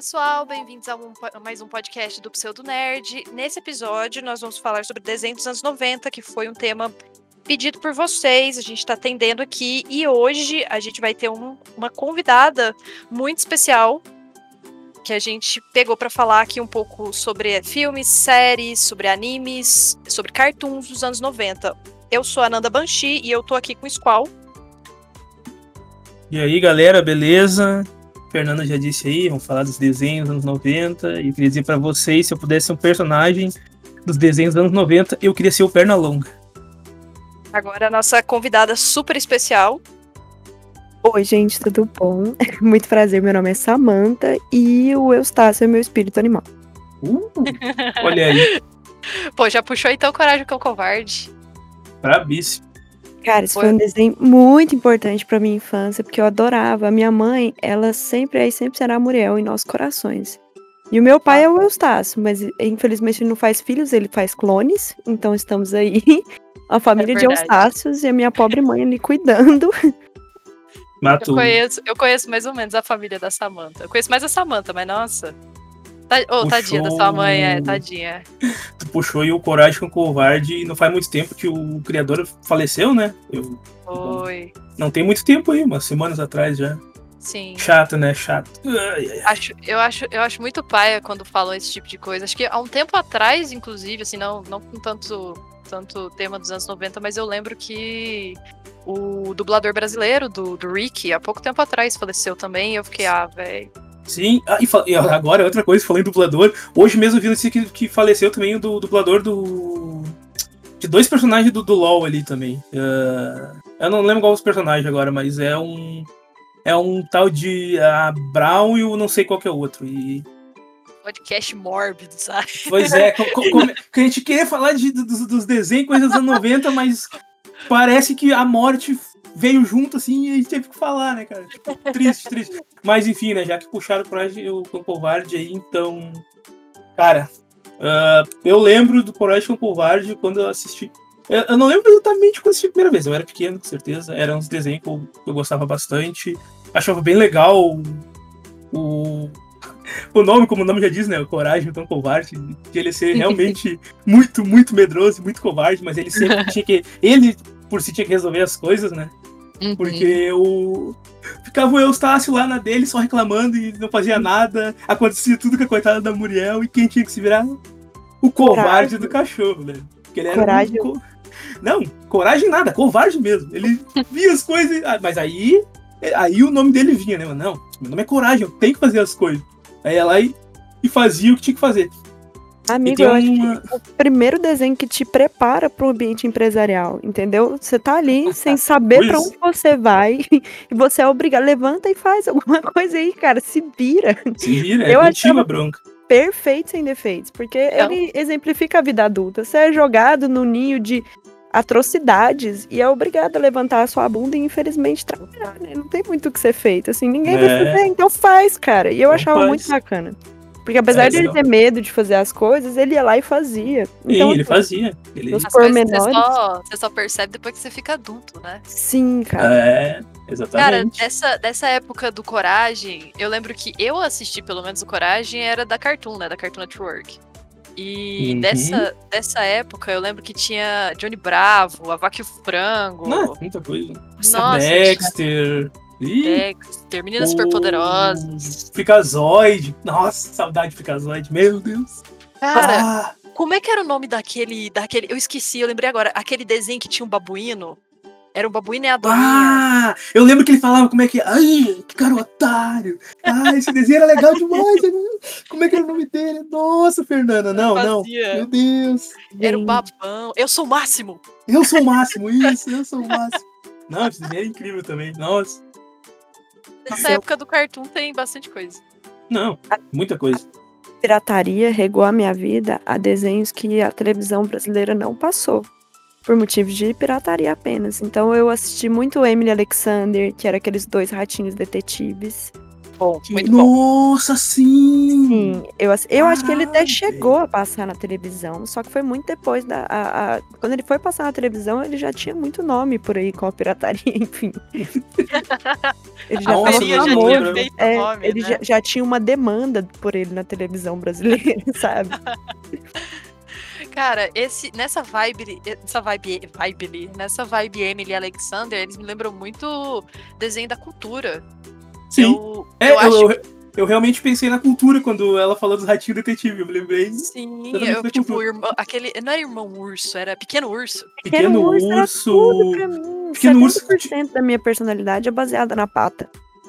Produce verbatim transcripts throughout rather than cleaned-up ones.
pessoal, bem-vindos a, um, a mais um podcast do Pseudo Nerd. Nesse episódio, nós vamos falar sobre desenho dos anos noventa, que foi um tema pedido por vocês, a gente está atendendo aqui, e hoje a gente vai ter um, uma convidada muito especial, que a gente pegou para falar aqui um pouco sobre filmes, séries, sobre animes, sobre cartoons dos anos noventa. Eu sou a Nanda Banshee e eu tô aqui com o Squall. E aí, galera, beleza? Fernanda já disse aí, vamos falar dos desenhos dos anos noventa. E eu queria dizer pra vocês, se eu pudesse ser um personagem dos desenhos dos anos noventa, eu queria ser o Pernalonga. Agora a nossa convidada super especial. Oi, gente, tudo bom? Muito prazer, meu nome é Samantha e o Eustácio é meu espírito animal. Uh, olha aí. Pô, já puxou então Coragem com o Covarde? Brabíssimo. Cara, isso foi, foi um desenho muito importante pra minha infância, porque eu adorava. A minha mãe, ela sempre é e sempre será a Muriel em nossos corações. E o meu pai ah. é o Eustácio, mas infelizmente ele não faz filhos, ele faz clones. Então estamos aí, a família é de Eustácios e a minha pobre mãe ali cuidando. Eu conheço, eu conheço mais ou menos a família da Samantha. Eu conheço mais a Samantha, mas nossa... Ô, oh, tadinha da sua mãe, é, tadinha. Tu puxou aí o Coragem com o Covarde e não faz muito tempo que o criador faleceu, né? Eu, Foi. Não tem muito tempo aí, umas semanas atrás já. Sim. Chato, né? Chato. Ai, ai. Acho, eu, acho, eu acho muito paia quando falam esse tipo de coisa. Acho que há um tempo atrás, inclusive, assim, não, não com tanto, tanto tema dos anos noventa, mas eu lembro que o dublador brasileiro do, do Rick, há pouco tempo atrás, faleceu também. E eu fiquei, ah, velho. Sim, ah, e, e agora outra coisa, falando em dublador, hoje mesmo eu vi notícia que, que faleceu também o do, dublador do... de dois personagens do, do LoL ali também. Uh, eu não lembro qual os personagens agora, mas é um é um tal de uh, Brown e o não sei qual que é o outro. E... podcast mórbido, sabe? Pois é, co, co, co, que a gente queria falar de, dos, dos desenhos, coisas dos anos noventa, mas parece que a morte veio junto, assim, e a gente teve que falar, né, cara? Tipo, triste, triste. Mas, enfim, né, já que puxaram Coragem com o Covarde aí, então... Cara, uh, eu lembro do Coragem com o Covarde quando eu assisti... Eu, eu não lembro exatamente quando eu assisti a primeira vez, eu era pequeno, com certeza. Eram uns desenhos que eu, que eu gostava bastante. Achava bem legal o... O nome, como o nome já diz, né? O Coragem com o Covarde. De ele ser realmente muito, muito medroso, muito covarde, mas ele sempre tinha que... Ele... por si tinha que resolver as coisas, né? Uhum. Porque o... ficava o Eustácio lá na dele, só reclamando e não fazia nada. Acontecia tudo com a coitada da Muriel. E quem tinha que se virar? O covarde Coragem. Do cachorro, né? Porque ele era Coragem. Um... Não, coragem nada, covarde mesmo. Ele via as coisas... Mas aí... Aí o nome dele vinha, né? Não, meu nome é Coragem, eu tenho que fazer as coisas. Aí ela ia e fazia o que tinha que fazer. Amigo, eu acho uma... que é o primeiro desenho que te prepara para o ambiente empresarial, entendeu? Você tá ali sem saber para onde você vai e você é obrigado, levanta e faz alguma coisa aí, cara, se vira. Se vira, é contigo, bronca. Perfeito sem defeitos, porque então... ele exemplifica a vida adulta. Você é jogado no ninho de atrocidades e é obrigado a levantar a sua bunda e infelizmente trabalhar, né? Não tem muito o que ser feito, assim, ninguém é... vai fazer, então faz, cara. E eu então achava faz. muito bacana. Porque apesar é, de ele não. ter medo de fazer as coisas, ele ia lá e fazia. Então, Sim, ele fazia. Ele... As coisas você só, você só percebe depois que você fica adulto, né? Sim, cara. É, exatamente. Cara, dessa, dessa época do Coragem, eu lembro que eu assisti, pelo menos, o Coragem era da Cartoon, né? Da Cartoon Network. E uhum. dessa, dessa época, eu lembro que tinha Johnny Bravo, A Vaca e o Frango. Não, muita coisa. Nossa, Dexter... Dexter, Meninas Super Poderosas. Freakazoid. Nossa, saudade de Freakazoid, meu Deus. Cara, ah. como é que era o nome daquele, daquele... Eu esqueci, eu lembrei agora. Aquele desenho que tinha um babuíno. Era um babuíno e a doninha. Ah, eu lembro que ele falava como é que... Ai, que cara otário. Ah, esse desenho era legal demais. Como é que era o nome dele? Nossa, Fernanda, não, não. Meu Deus. Era o babão. Eu sou o Máximo. Eu sou o Máximo, isso, eu sou o Máximo. Não, esse desenho é incrível também, nossa. Nessa época do Cartoon tem bastante coisa. Não, muita coisa. A pirataria regou a minha vida a desenhos que a televisão brasileira não passou. Por motivos de pirataria apenas. Então eu assisti muito Emily Alexander, que era aqueles dois ratinhos detetives. bom, Que- muito bom. Nossa, sim! Sim, eu, ass- eu acho que ele até Caralho, chegou a passar na televisão, só que foi muito depois da. a- a- quando ele foi passar na televisão, ele já tinha muito nome por aí com a pirataria, enfim. Ele já Nossa, estava eu não famoso. lembro. feito É, nome, ele né? já, já tinha uma demanda por ele na televisão brasileira, sabe? Cara, esse, nessa vibe, nessa vibe, vibe, nessa vibe Emily Alexander, eles me lembram muito desenho da cultura. Sim. Eu, É, eu eu, acho eu, eu realmente pensei na cultura quando ela falou dos ratinhos detetive. Eu me lembrei. Sim, Exatamente eu, da tipo, cultura. irmão, aquele. Não era irmão urso, era pequeno urso. Pequeno Urso era urso. tudo pra mim. Pequeno urso. setenta por cento da minha personalidade é baseada na pata.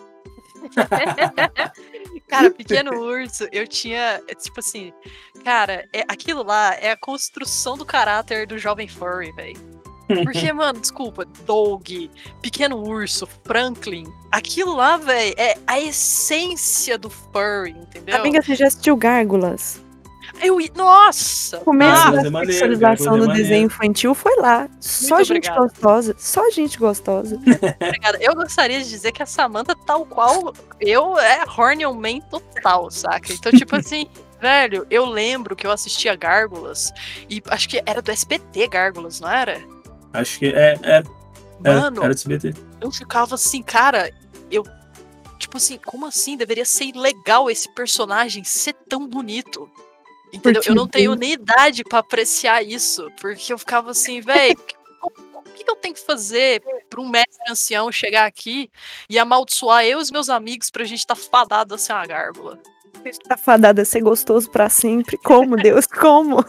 Cara, pequeno urso, eu tinha. é, Tipo assim, cara, é, aquilo lá é a construção do caráter do jovem furry, velho. Porque, mano, desculpa, Doug, Pequeno Urso, Franklin, aquilo lá, velho, é a essência do furry, entendeu? Amiga, você já assistiu Gárgulas? Eu, i- nossa! O começo Ah, Gárgulas da é maneiro, sexualização Gárgulas é do maneiro. desenho infantil foi lá. Só Muito gente obrigada. gostosa. Só gente gostosa. obrigada. Eu gostaria de dizer que a Samantha, tal qual eu, é horny on man total, saca? Então, tipo assim, velho, eu lembro que eu assistia Gárgulas, e acho que era do S B T Gárgulas, não era? Acho que é. é, é Mano, era do C B T. eu ficava assim, cara, eu. Tipo assim, como assim? Deveria ser ilegal esse personagem ser tão bonito. Entendeu? Eu não tenho nem idade pra apreciar isso. Porque eu ficava assim, velho, o que, que eu tenho que fazer pra um mestre ancião chegar aqui e amaldiçoar eu e os meus amigos pra gente tá fadado a ser uma gárgula? Tá fadada a ser gostoso pra sempre. Como, Deus? Como?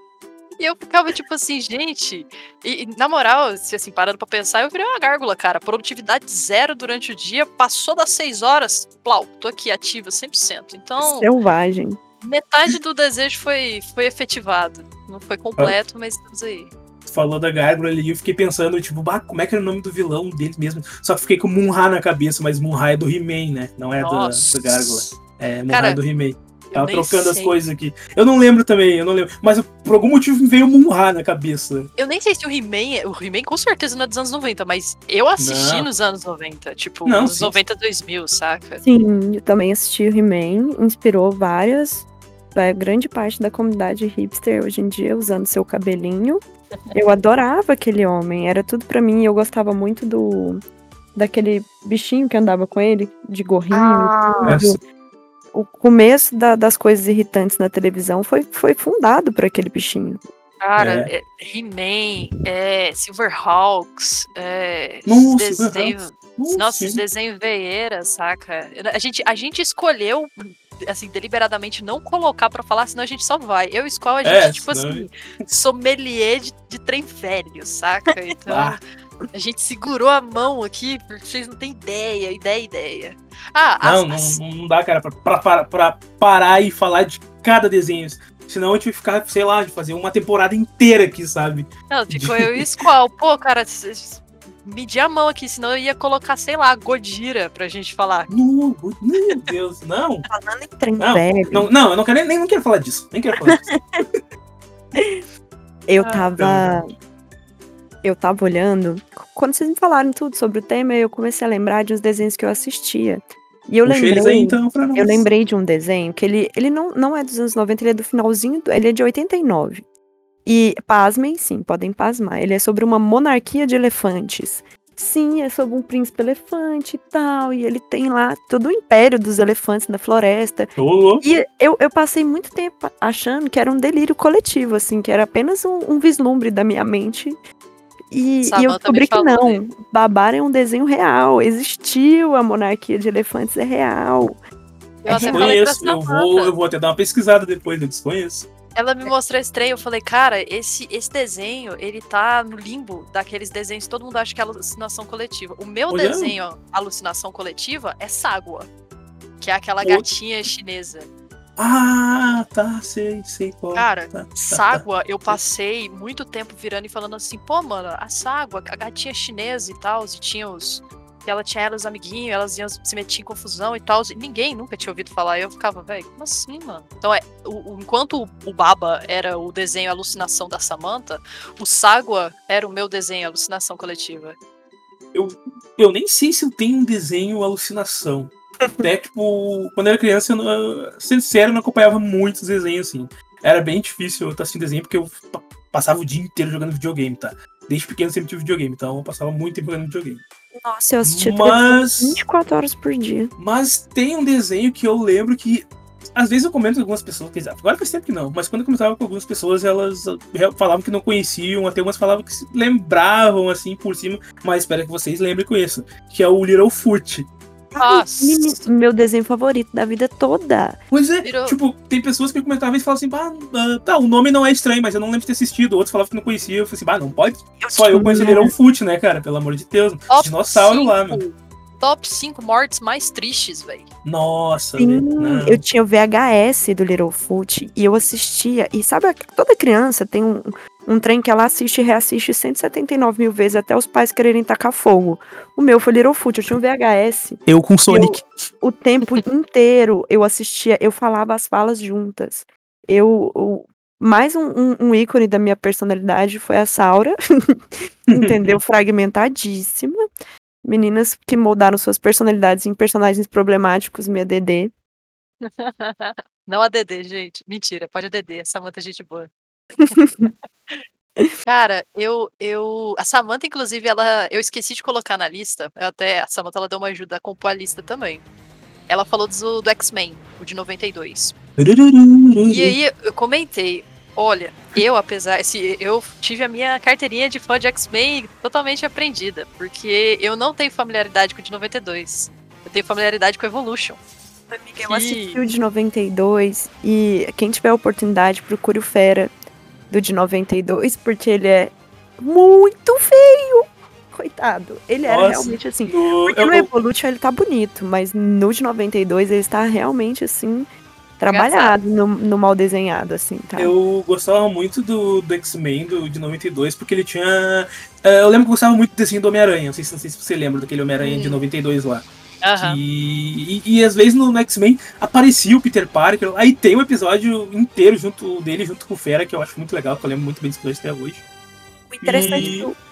E eu ficava tipo assim, gente. E, e, na moral, se assim, parando pra pensar, eu virei uma gárgula, cara. Produtividade zero durante o dia, passou das seis horas, plau, tô aqui ativa cem por cento. Então, Selvagem. metade do desejo foi, foi efetivado. Não foi completo, mas estamos aí. Tu falou da Gárgula ali e eu fiquei pensando, tipo, bah, como é que era o nome do vilão dele mesmo? Só que fiquei com Munra na cabeça, mas Munra é do He-Man, né? Não é da, Nossa. da Gárgula. É, Munra Cara, é do He-Man. eu Tava nem trocando as sei. coisas aqui. Eu não lembro também, eu não lembro. Mas eu- por algum motivo me veio Munra na cabeça. Eu nem sei se o He-Man, é- o He-Man com certeza não é dos anos noventa, mas eu assisti Não. nos anos noventa, tipo, Não, nos sim. noventa, dois mil, saca? Sim, eu também assisti o He-Man. Inspirou várias. é, grande parte da comunidade hipster hoje em dia usando seu cabelinho. Eu adorava aquele homem. Era tudo pra mim. Eu gostava muito do... Daquele bichinho que andava com ele. De gorrinho. Ah, tudo. O começo da- das coisas irritantes na televisão foi, foi fundado por aquele bichinho. Cara, é, He-Man, é, Silverhawks, é, esses Nossa, desenhos. Silverhawks. Nossa, Nossa, esses desenhos veieira, saca? A gente, a gente escolheu, assim, deliberadamente não colocar pra falar, senão a gente só vai. Eu escolho a gente, É, tipo senão- assim, sommelier de, de trem velho, saca? Então, Ah. a gente segurou a mão aqui, porque vocês não têm ideia, ideia, ideia. Ah, Não, as, não, não dá, cara, pra, pra, pra, pra parar e falar de cada desenho. Senão a gente vai ficar, sei lá, de fazer uma temporada inteira aqui, sabe? Não, ficou eu e o Squall. Pô, cara, cês- medi a mão aqui, senão eu ia colocar, sei lá, Godira pra gente falar. Não, meu Deus, não. Falando em trem Não, velho, não, não, eu não quero nem, nem não quero falar disso. Nem quero falar disso. eu Ah, tava. Eu tava olhando. Quando vocês me falaram tudo sobre o tema, eu comecei a lembrar de uns desenhos que eu assistia. E eu Puxa lembrei. eles aí então pra nós. Eu lembrei de um desenho que ele, ele não, não é dos anos noventa, ele é do finalzinho, do- ele é de oitenta e nove. E pasmem, sim, podem pasmar. Ele é sobre uma monarquia de elefantes. Sim, é sobre um príncipe elefante e tal. E ele tem lá todo o império dos elefantes na floresta. Ô, louco. E eu, eu passei muito tempo achando que era um delírio coletivo, assim, que era apenas um, um vislumbre da minha mente. E, e eu Samantha descobri me que falou não. Babar é um desenho real. Existiu a monarquia de elefantes, é real. Eu até É, falei pra Desconheço, eu Samantha. vou, eu vou até dar uma pesquisada depois, eu desconheço. Ela me mostrou esse trem, eu falei, cara, esse, esse desenho, ele tá no limbo daqueles desenhos que todo mundo acha que é alucinação coletiva. O meu Olha. desenho, alucinação coletiva, é Ságua, que é aquela Ô. gatinha chinesa. Ah, tá, sei, sei qual. Cara, tá, tá, Ságua, eu passei muito tempo virando e falando assim, pô, mano, a Ságua, a gatinha chinesa e tal, e tinha os... que ela tinha os amiguinhos, elas iam se meter em confusão e tal, e ninguém nunca tinha ouvido falar, e eu ficava, velho, como assim, mano? Então, é, o, o- enquanto o, o Baba era o desenho Alucinação da Samantha, o Ságua era o meu desenho Alucinação Coletiva. Eu nem sei se eu tenho um desenho alucinação. Até, tipo, quando eu era criança, eu, não, sendo sincero, eu não acompanhava muitos desenhos, assim. Era bem difícil eu estar assistindo desenho, porque eu passava o dia inteiro jogando videogame, tá? Desde pequeno eu sempre tive videogame, então eu passava muito tempo jogando videogame. Nossa, eu assistia Mas... vinte e quatro horas por dia. Mas tem um desenho que eu lembro que... Às vezes eu comento com algumas pessoas, quer dizer, agora faz tempo que não, mas quando eu comentava com algumas pessoas, elas falavam que não conheciam, até algumas falavam que se lembravam, assim, por cima, mas espero que vocês lembrem com isso, que é o Littlefoot. Nossa. Menino, meu desenho favorito da vida toda. Pois é, Virou- tipo, tem pessoas que comentavam e falavam assim, bah, ah, tá, o nome não é estranho, mas eu não lembro de ter assistido. Outros falavam que não conhecia, eu falei assim, bah, não pode. Só eu conheço o Littlefoot, né, cara, pelo amor de Deus. Top Dinossauro lá, cinco meu. Top cinco mortes mais tristes, velho. Nossa, Sim, velho, não. eu tinha o V H S do Littlefoot e eu assistia. E sabe, toda criança tem um, um trem que ela assiste e reassiste cento e setenta e nove mil vezes até os pais quererem tacar fogo. O meu foi Littlefoot, eu tinha um V H S. Eu com Sonic. O tempo inteiro eu assistia, eu falava as falas juntas. Eu, eu- mais um, um- um ícone da minha personalidade foi a Saura, entendeu? Fragmentadíssima. Meninas que moldaram suas personalidades em personagens problemáticos, minha D D. Não a Dedê, gente. Mentira, pode a Dedê. A Samantha é gente boa. Cara, eu, eu. A Samantha, inclusive, ela. Eu esqueci de colocar na lista. Eu até. A Samantha ela deu uma ajuda a compor a lista também. Ela falou do, do X-Men, o de noventa e dois. E aí eu comentei. Olha, eu, apesar. Se, eu tive a minha carteirinha de fã de X-Men totalmente aprendida. Porque eu não tenho familiaridade com o de noventa e dois. Eu tenho familiaridade com Evolution. Eu assisti o de noventa e dois e quem tiver a oportunidade, procure o Fera do de noventa e dois, porque ele é muito feio. Coitado. Ele era Nossa, realmente assim. no- Porque eu- no eu- Evolution ele tá bonito, mas no de noventa e dois ele está realmente assim, trabalhado, no, no mal desenhado, assim, tá? Eu gostava muito do, do X-Men do, de noventa e dois, porque ele tinha. eh, Eu lembro que eu gostava muito do desenho do Homem-Aranha. Não sei, se- não sei se você lembra daquele Homem-Aranha Hum. de noventa e dois lá. Aham. Que- e, e às vezes no, no X-Men aparecia o Peter Parker. Aí tem um episódio inteiro junto dele, junto com o Fera, que eu acho muito legal, que eu lembro muito bem desse episódio até hoje. O interessante E- do,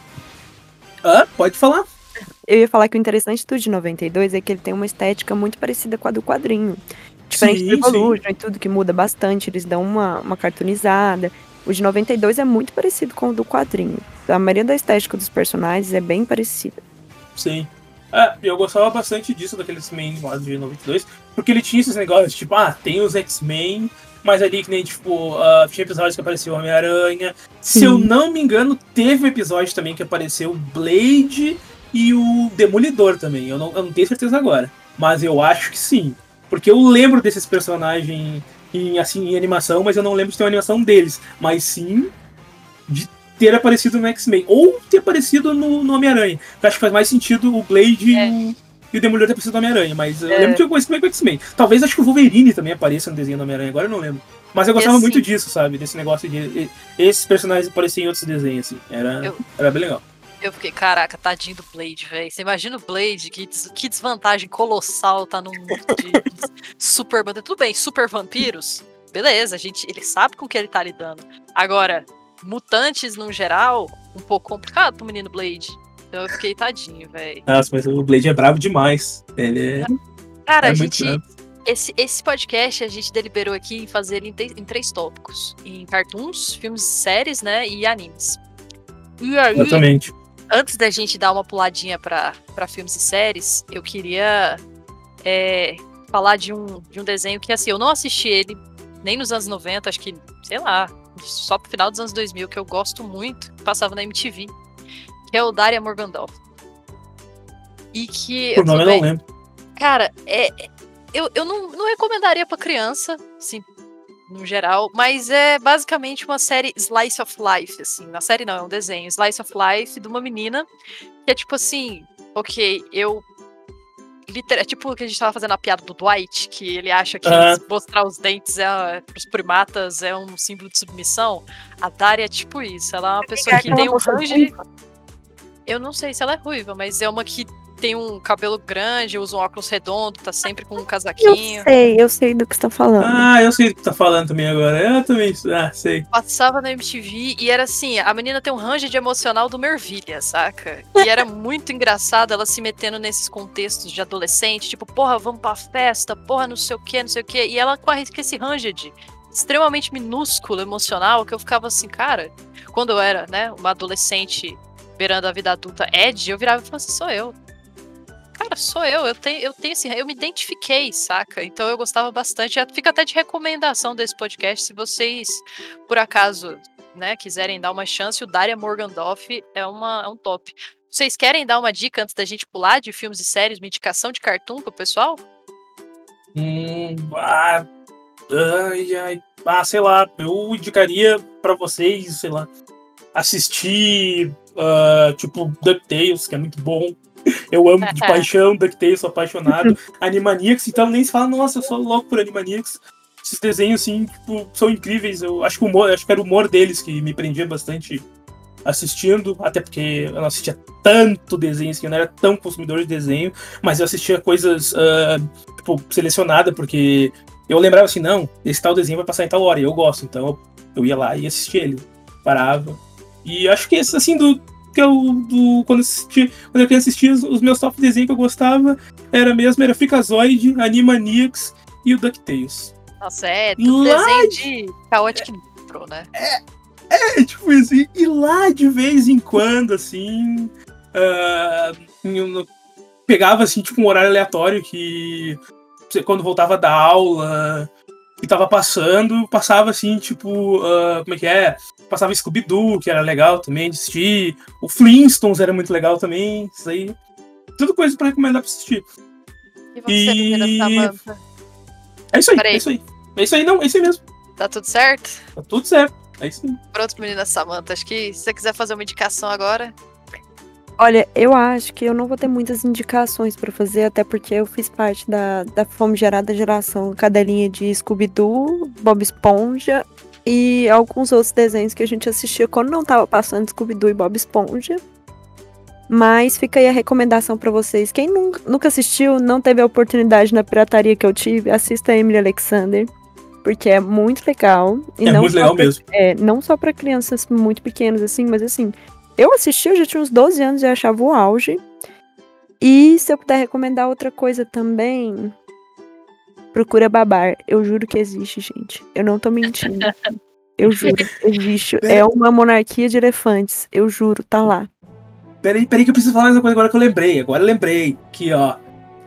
Ah, pode falar. eu ia falar que o interessante do de noventa e dois é que ele tem uma estética muito parecida com a do quadrinho. Diferente Sim, do Evolution e tudo, que muda bastante, eles dão uma, uma cartoonizada. O de noventa e dois é muito parecido com o do quadrinho. A maioria da estética dos personagens é bem parecida. Sim. Ah, eu gostava bastante disso, daquele X-Men lá de noventa e dois, porque ele tinha esses negócios, tipo, ah, tem os X-Men, mas ali que nem, tipo, ah, tinha episódios que apareceu o Homem-Aranha. Se Sim. eu não me engano, teve um episódio também que apareceu o Blade e o Demolidor também. Eu não, eu não tenho certeza agora, mas eu acho que sim. Porque eu lembro desses personagens em, assim, em animação, mas eu não lembro de ter uma animação deles. Mas sim de ter aparecido no X-Men. Ou ter aparecido no, no Homem-Aranha. Eu acho que faz mais sentido o Blade É. e, o, e o Demolidor ter aparecido no Homem-Aranha. Mas eu É. lembro de alguma coisa com o X-Men. Talvez acho que o Wolverine também apareça no desenho do Homem-Aranha. Agora eu não lembro. Mas eu gostava assim- muito disso, sabe? Desse negócio de e- esses personagens aparecerem em outros desenhos, assim. Era, Eu- era bem legal. Eu fiquei, caraca, tadinho do Blade, velho. Você imagina o Blade, que, des- que desvantagem colossal tá num mundo de, de super banda. Tudo bem, super vampiros, beleza, a gente, ele sabe com o que ele tá lidando. Agora, mutantes no geral, um pouco complicado pro menino Blade. Então eu fiquei tadinho, velho. Nossa, mas o Blade é bravo demais. Ele é, Cara, é a muito gente. bravo. Esse, esse podcast a gente deliberou aqui em fazer ele em, te- em três tópicos: em cartoons, filmes, séries, né? E animes. E aí, Exatamente. antes da gente dar uma puladinha pra, pra filmes e séries, eu queria é, falar de um, de um desenho que, assim, eu não assisti ele nem nos anos noventa, acho que, sei lá, só pro final dos anos dois mil, que eu gosto muito, que passava na M T V, que é o Daria Morgandolf. E que... Por nome eu tudo não bem, lembro. cara, é, é- eu, eu não, não recomendaria pra criança, assim, no geral, mas é basicamente uma série Slice of Life, assim. Na série não, é um desenho. Slice of Life de uma menina que é tipo assim, ok, eu... liter- É tipo o que a gente tava fazendo a piada do Dwight, que ele acha que Aham. mostrar os dentes é, pros primatas é um símbolo de submissão. A Daria é tipo isso. Ela é uma pessoa que tem um range... Eu não sei se ela é ruiva, mas é uma que tem um cabelo grande, usa um óculos redondo, tá sempre com um Eu casaquinho. sei, eu sei do que você tá falando. Ah, eu sei o que tu tá falando também agora. Eu também. Ah, sei. Passava na M T V e era assim, a menina tem um range de emocional do Mervilha, saca? E era muito engraçado ela se metendo nesses contextos de adolescente, tipo, porra, vamos pra festa, porra, não sei o que, não sei o que. E ela com esse range de extremamente minúsculo, emocional, que eu ficava assim, cara, quando eu era, né, uma adolescente beirando a vida adulta Ed, eu virava e falava assim, sou eu. Cara, sou eu, eu tenho, eu tenho assim, eu me identifiquei, saca? Então eu gostava bastante. Fica até de recomendação desse podcast, se vocês, por acaso, né, quiserem dar uma chance, o Daria Morgendoff é, uma, é um top. Vocês querem dar uma dica antes da gente pular de filmes e séries, uma indicação de cartoon pro pessoal? Hum, ah, ai, ai. Ah, sei lá, eu indicaria pra vocês, sei lá, assistir, uh, tipo, DuckTales, que é muito bom. Eu amo de paixão DuckTales, sou apaixonado. Animaniacs, então nem se fala, nossa, eu sou louco por Animaniacs. Esses desenhos, assim, tipo, são incríveis. Eu acho que o humor, acho que era o humor deles que me prendia bastante assistindo, até porque eu não assistia tanto desenho, assim, eu não era tão consumidor de desenho, mas eu assistia coisas, uh, tipo, selecionada, porque eu lembrava assim, não, esse tal desenho vai passar em tal hora, e eu gosto, então eu, eu ia lá e assistia ele, parava. E acho que esse, assim, do que eu, do, quando, assisti, quando eu queria assistir, os, os meus top desenhos que eu gostava era mesmo, era Freakazoid, Animaniacs e o DuckTales. Nossa, é tudo Lá desenho de Chaotic Nitro, né? É, é, tipo assim, e lá de vez em quando, assim, uh, eu pegava, assim, tipo, um horário aleatório que, quando voltava da aula, que tava passando, passava, assim, tipo, uh, como é que é? Passava Scooby-Doo, que era legal também de assistir, o Flintstones era muito legal também, isso aí, tudo coisa pra recomendar pra assistir. E você, E... menina Samantha? É isso aí, Peraí. é isso aí, é isso aí, não, é isso aí mesmo, Tá tudo certo? tá tudo certo, é isso aí. Pronto, menina Samantha, acho que se você quiser fazer uma indicação agora... Olha, eu acho que eu não vou ter muitas indicações pra fazer, até porque eu fiz parte da, da famigerada geração cadelinha de Scooby-Doo, Bob Esponja e alguns outros desenhos que a gente assistia quando não tava passando Scooby-Doo e Bob Esponja. Mas fica aí a recomendação pra vocês. Quem nunca, nunca assistiu, não teve a oportunidade na pirataria que eu tive, assista a Emily Alexander, porque é muito legal. E É não muito só legal pra, mesmo. É, não só pra crianças muito pequenas, assim, mas assim... Eu assisti, eu já tinha uns doze anos e eu achava o auge. E se eu puder recomendar outra coisa também, procura Babar. Eu juro que existe, gente. Eu não tô mentindo. Eu juro, existe. É uma monarquia de elefantes. Eu juro, tá lá. Peraí, peraí que eu preciso falar mais uma coisa agora que eu lembrei. Agora eu lembrei. Aqui, ó.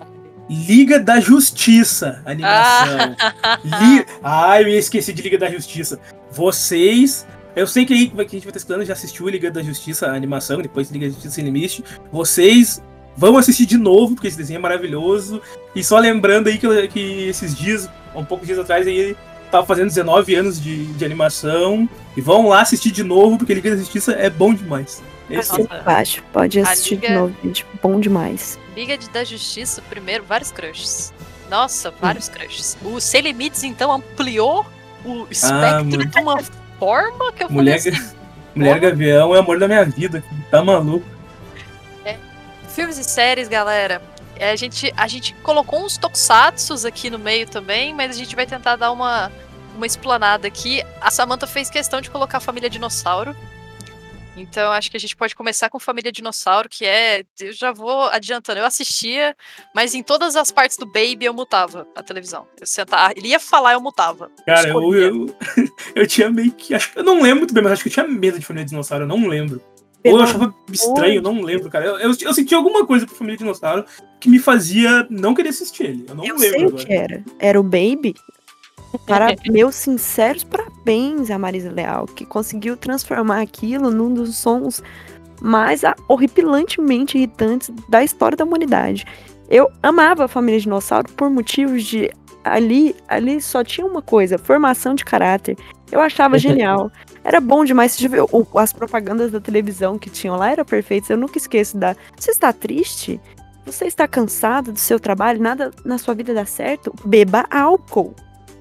Liga da Justiça, animação. Ah. Li... Ai, eu esqueci de Liga da Justiça. Vocês... Eu sei que aí que a gente vai estar escutando já assistiu Liga da Justiça, a animação, depois Liga da Justiça Sem Limite. Vocês vão assistir de novo, porque esse desenho é maravilhoso. E só lembrando aí que, que esses dias, um pouco dias atrás, aí tava fazendo dezenove anos de, de animação. E vão lá assistir de novo, porque Liga da Justiça é bom demais. Esse baixo, pode assistir Liga... de novo, gente. Bom demais. Liga da Justiça, primeiro, vários crushes. Nossa, vários hum. crushes. O Sem Limites, então, ampliou o espectro ah, de uma forma que eu Mulher, falei assim... Mulher Gavião é o amor da minha vida. Tá maluco. É. Filmes e séries, galera. A gente, a gente colocou uns tokusatsus aqui no meio também, mas a gente vai tentar dar uma, uma explanada aqui. A Samantha fez questão de colocar a Família Dinossauro. Então, acho que a gente pode começar com Família Dinossauro, que é... Eu já vou adiantando. Eu assistia, mas em todas as partes do Baby eu mutava a televisão. Eu sentava, ele ia falar, eu mutava. Cara, eu, eu, eu tinha meio que... Acho, eu não lembro muito bem, mas acho que eu tinha medo de Família Dinossauro. Eu não lembro. Ou eu achava estranho, eu não lembro, cara. Eu, eu, eu senti alguma coisa pro Família Dinossauro que me fazia não querer assistir ele. Eu não eu lembro sei agora. O que era. Era o Baby. Para meus sinceros parabéns a Marisa Leal, que conseguiu transformar aquilo num dos sons mais horripilantemente irritantes da história da humanidade. Eu amava a Família Dinossauro por motivos de... Ali, ali só tinha uma coisa, formação de caráter. Eu achava genial. Era bom demais. Você viu as propagandas da televisão que tinham lá, eram perfeitas. Eu nunca esqueço da... Você está triste? Você está cansado do seu trabalho? Nada na sua vida dá certo? Beba álcool.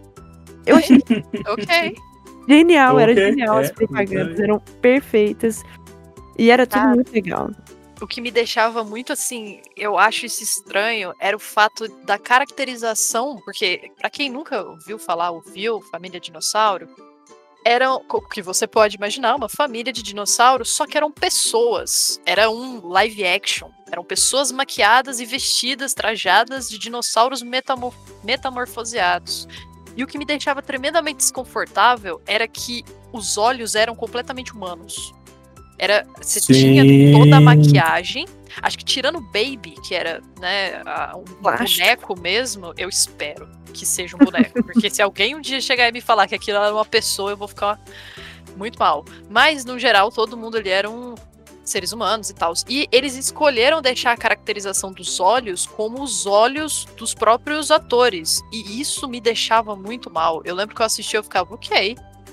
Eu achei ok. Genial, okay, era genial. É, as propagandas eram perfeitas. E era tudo ah. muito legal. o que me deixava muito assim, eu acho isso estranho, era o fato da caracterização, porque pra quem nunca ouviu falar, ouviu Família Dinossauro, eram, o que você pode imaginar, uma família de dinossauros, só que eram pessoas. Era um live action. Eram pessoas maquiadas e vestidas, trajadas de dinossauros metamor- metamorfoseados. E o que me deixava tremendamente desconfortável era que os olhos eram completamente humanos. Era, você Sim. tinha toda a maquiagem. Acho que tirando o Baby, que era, né, a- um Plástico. boneco mesmo, eu espero que seja um boneco. Porque se alguém um dia chegar e me falar que aquilo era uma pessoa, eu vou ficar muito mal. Mas, no geral, todo mundo ali eram seres humanos e tal. E eles escolheram deixar a caracterização dos olhos como os olhos dos próprios atores. E isso me deixava muito mal. Eu lembro que eu assisti e eu ficava, ok.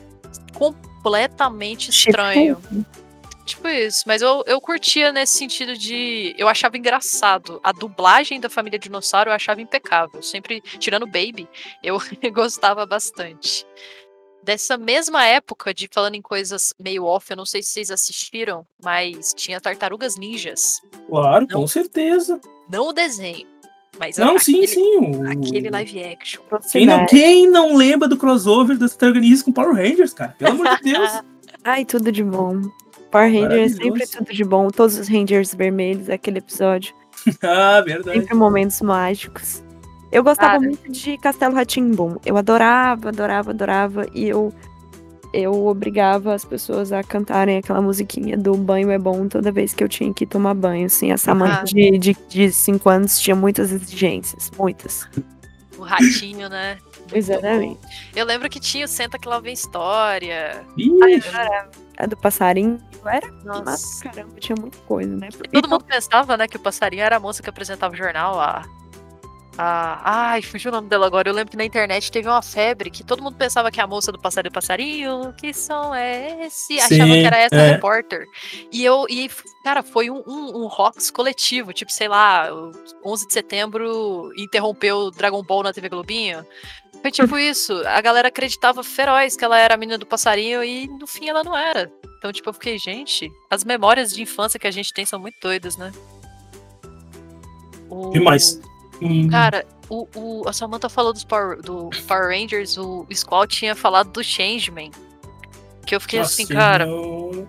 Completamente estranho. Tipo isso, mas eu, eu curtia nesse sentido de... Eu achava engraçado. A dublagem da Família Dinossauro eu achava impecável. Sempre, tirando o Baby, eu gostava bastante. Dessa mesma época, de falando em coisas meio off, eu não sei se vocês assistiram, mas tinha Tartarugas Ninjas. Claro, Não. com certeza. Não o desenho, mas Não, sim, aquele, sim. O... aquele live action. Quem não, quem não lembra do crossover das Tartarugas com Power Rangers, cara? Pelo amor de Deus. Ai, tudo de bom. Power Rangers é sempre tudo de bom. Todos os Rangers vermelhos, aquele episódio. Ah, verdade. Sempre momentos mágicos. Eu gostava Cara. muito de Castelo Rá-Tim-Bum. Eu adorava, adorava, adorava. E eu, eu obrigava as pessoas a cantarem aquela musiquinha do banho é bom toda vez que eu tinha que tomar banho. Assim, a Samantha Ah. de, de, de cinco anos tinha muitas exigências. Muitas. O ratinho, né? Muito Exatamente. bom. Eu lembro que tinha o Senta que lá vem história. Ai, eu Ixi, adorava. A do passarinho era Nossa. massa, caramba, tinha muita coisa, né? E todo mundo pensava, né, que o passarinho era a moça que apresentava o jornal, a... a... Ai, fugiu o nome dela agora. Eu lembro que na internet teve uma febre que todo mundo pensava que a moça do passarinho passarinho, que som é esse? Sim, Achava que era essa é. repórter. E eu, e, cara, foi um, um, um rocks coletivo, tipo, sei lá, o onze de setembro interrompeu Dragon Ball na T V Globinho. Foi tipo isso, a galera acreditava feroz que ela era a menina do passarinho e no fim ela não era. Então, tipo, eu fiquei, gente, as memórias de infância que a gente tem são muito doidas, né? O... E mais? Hum, Cara, o, o, a Samantha falou dos Power, do Power Rangers, o Squall tinha falado do Changeman. Que eu fiquei nossa, assim, cara. Eu...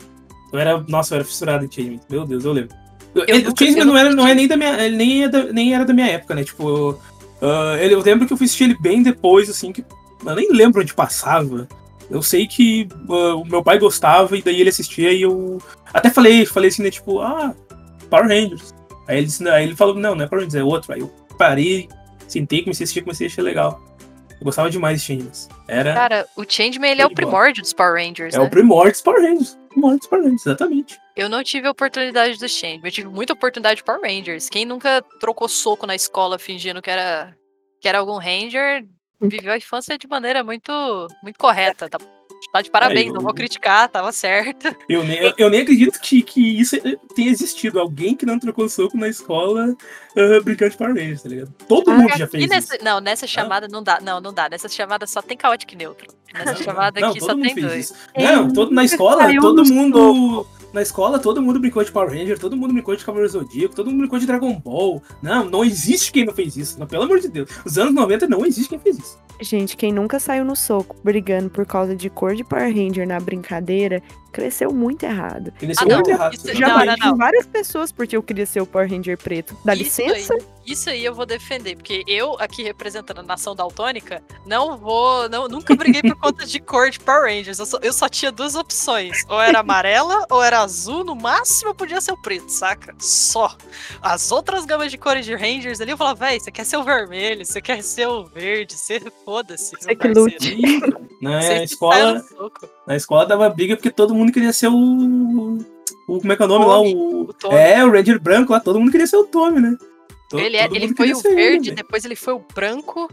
eu era, nossa, eu era fissurado em Changeman. Meu Deus, eu lembro. Eu Ele- nunca- o Changeman eu não, nunca era, não é assisti. nem da minha, ele nem, é da- nem era da minha época, né? Tipo, eu, ah, ele- eu lembro que eu fui assistir ele bem depois, assim, que eu nem lembro onde passava. Eu sei que ah, o meu pai gostava e daí ele assistia e eu até falei, falei assim, né, tipo, ah, Power Rangers. Aí ele, disse, aí ele falou, não, não é Power Rangers, é outro. Aí eu parei, sentei, comecei a assistir, comecei a achar legal. Eu gostava demais de Changeman. Era Cara, o Changeman, ele é o Show de bola. primórdio dos Power Rangers, é né? o primórdio dos Power Rangers. Primórdio dos Power Rangers, exatamente. Eu não tive a oportunidade do Changeman, eu tive muita oportunidade de Power Rangers. Quem nunca trocou soco na escola fingindo que era, que era algum Ranger, viveu a infância de maneira muito, muito correta. Tá, tá de parabéns, Aí, eu- não vou criticar, tava certo. Eu nem, eu, eu nem acredito que, que isso tenha existido. Alguém que não trocou soco na escola ah, brincando de Power Rangers, tá ligado? Todo Ah, mundo já fez E nessa, isso. não, nessa chamada não dá, não, não dá. Nessa chamada só tem caótico e neutro. Nessa chamada não, aqui todo só mundo tem fez dois. isso. Não, todo, na escola, Saiu todo no mundo. Na escola, todo mundo brincou de Power Ranger, todo mundo brincou de Cavaleiro Zodíaco, todo mundo brincou de Dragon Ball. Não, não existe quem não fez isso. Não, pelo amor de Deus. Os anos noventa não existe quem fez isso. Gente, quem nunca saiu no soco brigando por causa de cor de Power Ranger na brincadeira, cresceu muito errado. Ele Ah, é muito não, errado. isso- Eu Não, já não, bati não. com várias pessoas porque eu queria ser o Power Ranger preto. Dá Isso licença? aí, isso aí eu vou defender, porque eu, aqui representando a nação daltônica, não vou. Não, nunca briguei por conta de cor de Power Rangers. Eu só, eu só tinha duas opções. Ou era amarela, ou era azul, no máximo podia ser o preto, saca? Só. As outras gamas de cores de Rangers ali, eu falava, véi, você quer ser o vermelho, você quer ser o verde, você foda-se. Você meu que parceiro. lute. E, na Você que saia escola, no soco. na escola dava briga porque todo mundo queria ser o. o como é que é o nome Tommy, lá? O, o Tommy. é, o Ranger branco lá, todo mundo queria ser o Tommy, né? To- Ele, é- todo ele mundo foi queria o ser ele, verde, velho. depois ele foi o branco.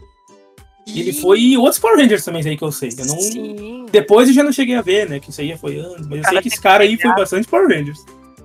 E ele foi outros Power Rangers também, aí que eu sei. Eu não... Sim. Depois eu já não cheguei a ver, né? Que isso aí já foi anos, mas eu sei que esse cara aí foi bastante Power Rangers.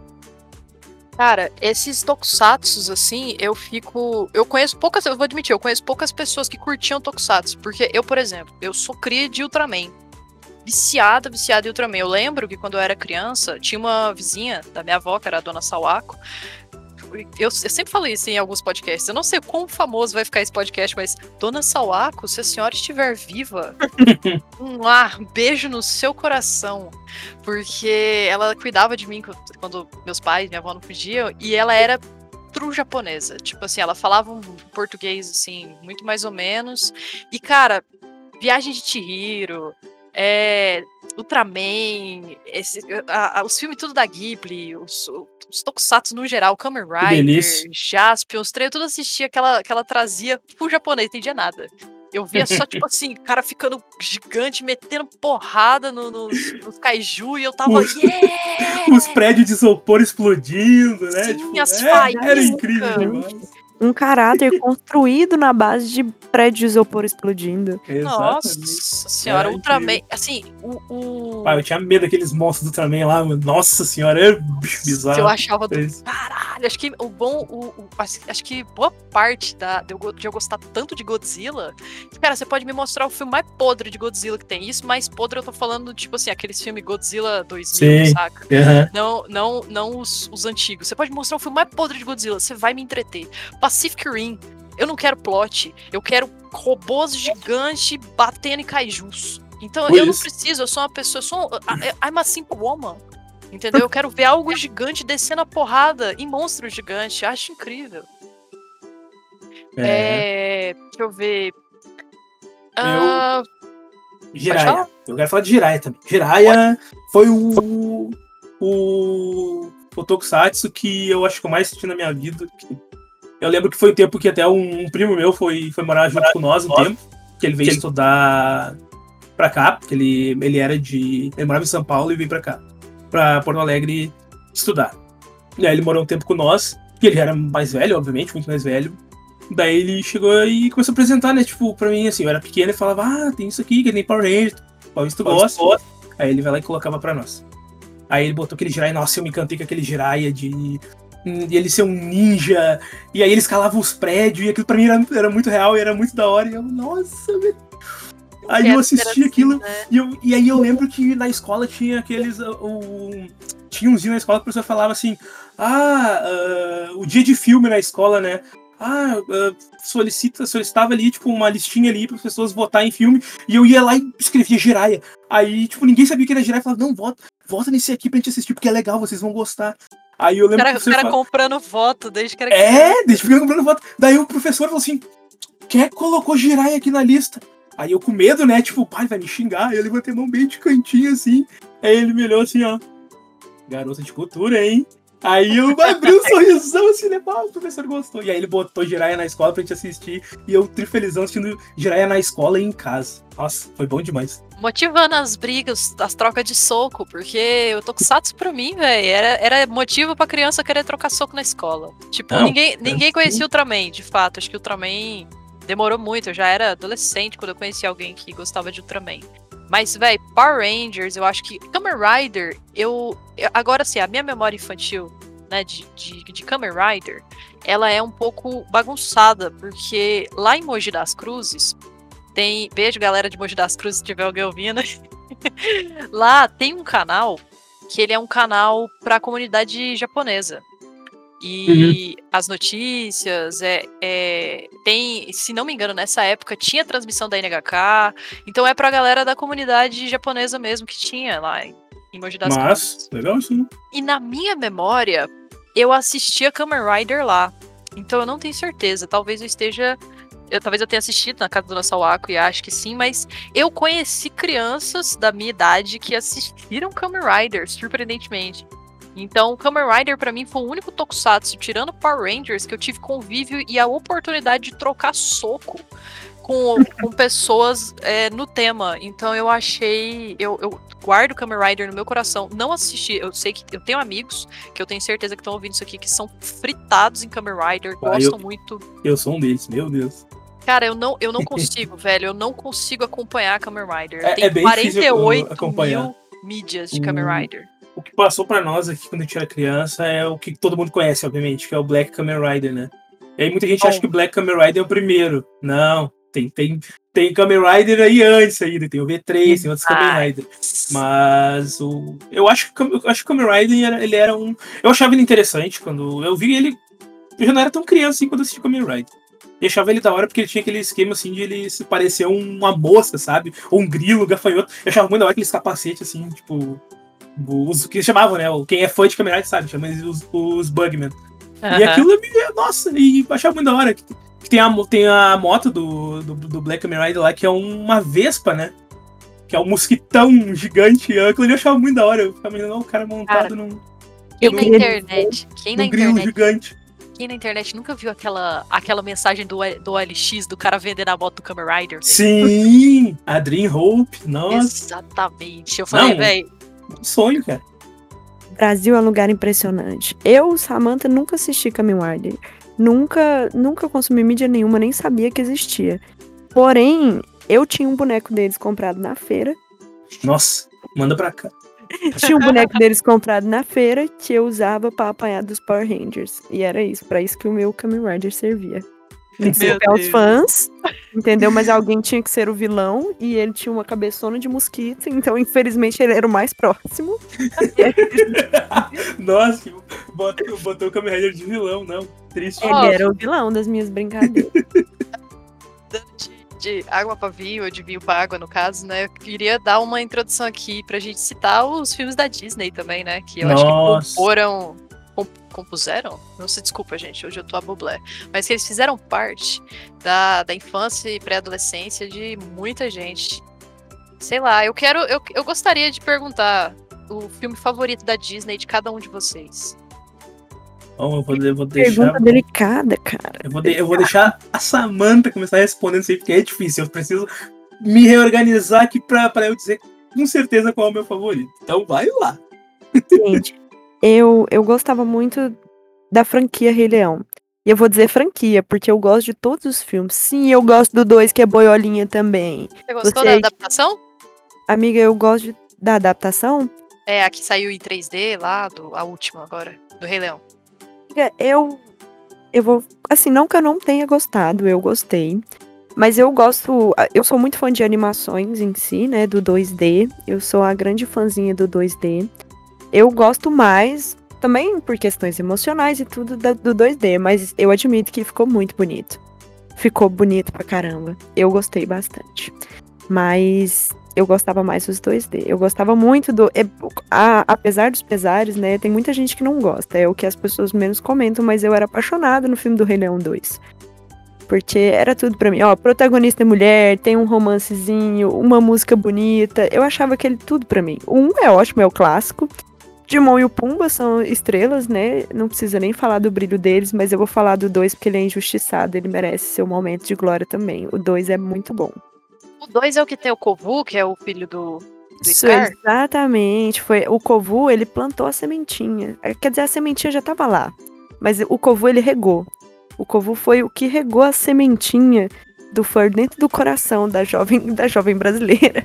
Cara, esses tokusatsus, assim, eu fico. Eu conheço poucas. Eu vou admitir, eu conheço poucas pessoas que curtiam tokusatsu. Porque eu, por exemplo, eu sou cria de Ultraman. viciada, viciada em Ultraman. Eu lembro que quando eu era criança, tinha uma vizinha da minha avó, que era a Dona Sawako. Eu, eu sempre falei isso em alguns podcasts. Eu não sei quão famoso vai ficar esse podcast, mas Dona Sawako, se a senhora estiver viva, um, ah, um beijo no seu coração. Porque ela cuidava de mim quando meus pais e minha avó não podiam, e ela era true japonesa. Tipo assim, ela falava um português, assim, muito mais ou menos. E, cara, Viagem de Chihiro, é, Ultraman, esse, a, a, os filmes tudo da Ghibli, os, os tokusatsu no geral, Kamen Rider, Jaspion, os três, eu tudo assistia que ela, que ela trazia pro japonês, não entendia nada. Eu via só, tipo assim, o cara ficando gigante, metendo porrada no, nos, nos kaiju, e eu tava, os, yeah! Os prédios de isopor explodindo, né? Sim, tipo, as é, faíscas. Era incrível demais. Um caráter construído na base de prédio de isopor explodindo. Nossa Exatamente. senhora, É Ultraman, assim, o... o... Pai, eu tinha medo daqueles monstros do Ultraman lá, mano. Nossa senhora, é bicho bizarro. Eu achava do Isso. caralho, acho que o bom, o, o, acho que boa parte da, de, eu, de eu gostar tanto de Godzilla, que, cara, você pode me mostrar o filme mais podre de Godzilla que tem. Isso mais podre eu tô falando, tipo assim, aqueles filmes Godzilla dois mil, Sim. saca? Uhum. Não, não, não os, os antigos. Você pode me mostrar o filme mais podre de Godzilla, você vai me entreter. Pacific Rim, eu não quero plot, eu quero robôs gigantes batendo em kaijus. Então Por eu não isso. preciso, eu sou uma pessoa, eu sou um, I'm a simple woman. Entendeu? Eu quero ver algo gigante descendo a porrada em monstro gigante. Acho incrível. É. É... Deixa eu ver. Eu... Ah, Jiraiya. Eu quero falar de Jiraiya também. Jiraiya foi o. O. O Tokusatsu que eu acho que eu mais assisti na minha vida. Eu lembro que foi um tempo que até um, um primo meu foi, foi morar junto com nós um tempo. Que ele veio que estudar ele... pra cá. Porque ele, ele era de. Ele morava em São Paulo e veio pra cá. Pra Porto Alegre estudar. E aí ele morou um tempo com nós. E ele era mais velho, obviamente, muito mais velho. Daí ele chegou e começou a apresentar, né? Tipo, pra mim, assim, eu era pequeno e falava, ah, tem isso aqui, que tem Power Rangers, qual isso tu gosta? Aí ele vai lá e colocava pra nós. Aí ele botou aquele Jiraiya, nossa, eu me encantei com aquele Jiraiya de... de ele ser um ninja. E aí ele escalava os prédios, e aquilo pra mim era, era muito real e era muito da hora. E eu, nossa, velho. Aí eu assisti aquilo, assim, né? e, eu, e aí eu lembro que na escola tinha aqueles... Uh, tinha uns dias na escola que o professor falava assim, ah, uh, o dia de filme na escola, né? Ah, uh, solicita, solicitava ali, tipo, uma listinha ali para as pessoas votarem em filme, e eu ia lá e escrevia Jiraiya. Aí, tipo, ninguém sabia que era Jiraiya, e falava, não, vota, vota nesse aqui pra gente assistir, porque é legal, vocês vão gostar. Aí eu lembro o cara, que o cara fala... comprando voto desde que era criança. É, desde que era comprando voto. Daí o professor falou assim, quem é que colocou Jiraiya aqui na lista? Aí eu com medo, né, tipo, o pai vai me xingar, aí eu levantei a mão bem de cantinho, assim, aí ele me olhou assim, ó, garota de cultura, hein? Aí eu abri um sorrisão assim, né? Ah, o professor gostou. E aí ele botou Jiraiya na escola pra gente assistir. E eu trifelizão assistindo Jiraiya na escola e em casa. Nossa, foi bom demais. Motivando as brigas, as trocas de soco, porque o Tokusatsu pra mim, velho, era, era motivo pra criança querer trocar soco na escola. Tipo, Não, ninguém, ninguém conhecia o Ultraman, de fato. Acho que o Ultraman demorou muito. Eu já era adolescente quando eu conheci alguém que gostava de Ultraman. Mas, velho, Power Rangers, eu acho que... Kamen Rider, eu... eu agora, assim, a minha memória infantil, né, de, de, de Kamen Rider, ela é um pouco bagunçada, porque lá em Mogi das Cruzes, tem... Beijo, galera de Mogi das Cruzes, se tiver alguém ouvindo. Lá tem um canal, que ele é um canal pra comunidade japonesa. E uhum. as notícias, é, é, tem, se não me engano, nessa época tinha transmissão da N H K, então é pra galera da comunidade japonesa mesmo que tinha lá em, em Mogi das Cruzes. Mas, legal sim. E na minha memória, eu assistia Kamen Rider lá, então eu não tenho certeza, talvez eu esteja, eu, talvez eu tenha assistido na casa do Dona Sawako e acho que sim, mas eu conheci crianças da minha idade que assistiram Kamen Rider, surpreendentemente. Então, o Kamen Rider pra mim foi o único tokusatsu, tirando Power Rangers, que eu tive convívio e a oportunidade de trocar soco com, com pessoas é, no tema. Então eu achei... Eu, eu guardo Kamen Rider no meu coração. Não assisti, eu sei que eu tenho amigos, que eu tenho certeza que estão ouvindo isso aqui, que são fritados em Kamen Rider, ah, gostam eu, muito. Eu sou um deles, meu Deus. Cara, eu não, eu não consigo, velho, eu não consigo acompanhar Kamen Rider. É, Tem é bem quarenta e oito acompanhar. mil mídias de Kamen Rider. O que passou pra nós aqui quando a gente era criança é o que todo mundo conhece, obviamente, que é o Black Kamen Rider, né? E aí muita gente Bom. acha que o Black Kamen Rider é o primeiro. Não, tem, tem tem Kamen Rider aí antes ainda, tem o V três, tem outros Kamen Rider. Mas o, eu acho que eu acho que o Kamen Rider era, ele era um. Eu achava ele interessante quando eu vi ele. Eu já não era tão criança assim quando eu assisti Kamen Rider. Eu achava ele da hora porque ele tinha aquele esquema assim de ele se parecer uma mosca, sabe? Ou um grilo, gafanhoto. Eu achava muito da hora aqueles capacetes assim, tipo. Os que eles chamavam, né? Quem é fã de Kamen Rider sabe, chama eles os, os Bugmen. Uhum. E aquilo, nossa, e eu achava muito da hora. Que tem, a, tem a moto do, do, do Black Kamen Rider lá, que é uma Vespa, né? Que é um mosquitão gigante. Aquilo ali eu achava muito da hora. Eu ficava imaginando o cara montado cara, num. Quem num, na internet? Quem num na grilo internet? gigante. Quem na internet nunca viu aquela, aquela mensagem do, do O L X do cara vendendo a moto do Kamen Rider? Sim! A Dream Hope, nossa. Exatamente. Eu falei, velho. Um sonho, cara. Brasil é um lugar impressionante. Eu, Samantha, nunca assisti Kamen Rider. Nunca, nunca consumi mídia nenhuma, nem sabia que existia. Porém, eu tinha um boneco deles comprado na feira. Nossa, manda pra cá. Tinha um boneco deles comprado na feira que eu usava pra apanhar dos Power Rangers. E era isso, pra isso que o meu Kamen Rider servia. Desculpe aos fãs, entendeu? Mas alguém tinha que ser o vilão e ele tinha uma cabeçona de mosquito, então infelizmente ele era o mais próximo. Nossa, botou, botou o Kamen Rider de vilão, não. Triste. Ele oh, era o vilão das minhas brincadeiras. De água para vinho, ou de vinho para água, no caso, né? Eu queria dar uma introdução aqui pra gente citar os filmes da Disney também, né? Que eu Nossa. acho que comporam, compuseram? Não se desculpa, gente, hoje eu tô a bublé. Mas que eles fizeram parte da, da infância e pré-adolescência de muita gente. Sei lá, eu quero. Eu, eu gostaria de perguntar o filme favorito da Disney de cada um de vocês. Bom, eu vou, eu vou deixar. Pergunta delicada, cara. Eu vou, de, eu vou deixar a Samantha começar respondendo isso aí, porque é difícil. Eu preciso me reorganizar aqui pra, pra eu dizer com certeza qual é o meu favorito. Então vai lá. Gente, eu, eu gostava muito da franquia Rei Leão. E eu vou dizer franquia, porque eu gosto de todos os filmes. Sim, eu gosto do dois, que é Boiolinha também. Você gostou Você... da adaptação? Amiga, eu gosto de, da adaptação. É, a que saiu em três D lá, do, a última agora, do Rei Leão. Eu, eu vou, assim, não que eu não tenha gostado, eu gostei, mas eu gosto, eu sou muito fã de animações em si, né, do dois D, eu sou a grande fãzinha do dois D, eu gosto mais, também por questões emocionais e tudo, do dois D, mas eu admito que ficou muito bonito, ficou bonito pra caramba, eu gostei bastante, mas... eu gostava mais dos dois D. Eu gostava muito do... É, a, apesar dos pesares, né? Tem muita gente que não gosta. É o que as pessoas menos comentam, mas eu era apaixonada no filme do Rei Leão dois. Porque era tudo pra mim. Ó, protagonista é mulher, tem um romancezinho, uma música bonita. Eu achava aquele tudo pra mim. O um é ótimo, é o clássico. Timão e o Pumba são estrelas, né? Não precisa nem falar do brilho deles, mas eu vou falar do dois porque ele é injustiçado. Ele merece seu momento de glória também. O dois é muito bom. O dois é o que tem o Kovu, que é o filho do, do Isso, Scar? Exatamente. Foi, o Kovu, ele plantou a sementinha. Quer dizer, a sementinha já estava lá. Mas o Kovu, ele regou. O Kovu foi o que regou a sementinha do flor dentro do coração da jovem, da jovem brasileira.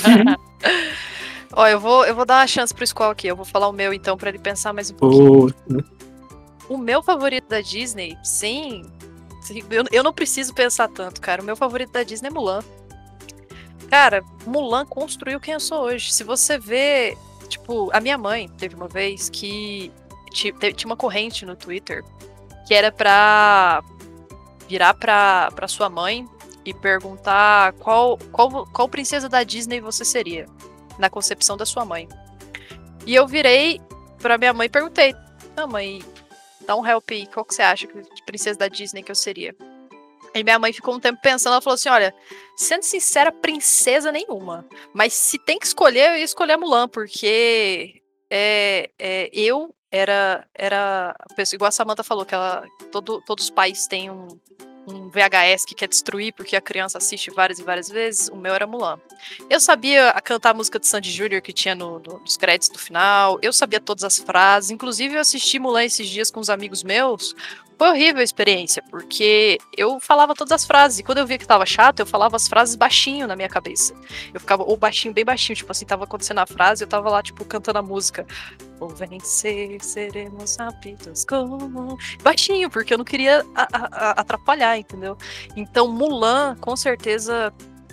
Ó, eu vou, eu vou dar uma chance pro Squall aqui. Eu vou falar o meu, então, pra ele pensar mais um pouquinho. Oh. O meu favorito da Disney, sim... Eu, eu não preciso pensar tanto, cara. O meu favorito da Disney é Mulan. Cara, Mulan construiu quem eu sou hoje. Se você vê, tipo, a minha mãe teve uma vez que tinha uma corrente no Twitter que era pra virar pra, pra sua mãe e perguntar qual, qual, qual princesa da Disney você seria na concepção da sua mãe. E eu virei pra minha mãe e perguntei: não, mãe, dá um help aí, qual que você acha de princesa da Disney que eu seria? E minha mãe ficou um tempo pensando, ela falou assim, olha, sendo sincera, princesa nenhuma. Mas se tem que escolher, eu ia escolher a Mulan, porque é, é, eu era, era igual a Samantha falou, que ela, todo, todos os pais têm um, um V H S que quer destruir porque a criança assiste várias e várias vezes. O meu era Mulan. Eu sabia cantar a música de Sandy Júnior que tinha no, no, nos créditos do final, eu sabia todas as frases, inclusive eu assisti Mulan esses dias com uns amigos meus. Foi horrível a experiência, porque eu falava todas as frases, e quando eu via que tava chato, eu falava as frases baixinho na minha cabeça. Eu ficava, ou baixinho, bem baixinho, tipo assim, tava acontecendo a frase, eu tava lá, tipo, cantando a música. Ou vencer, seremos rápidos como... Baixinho, porque eu não queria a, a, a atrapalhar, entendeu? Então, Mulan, com certeza,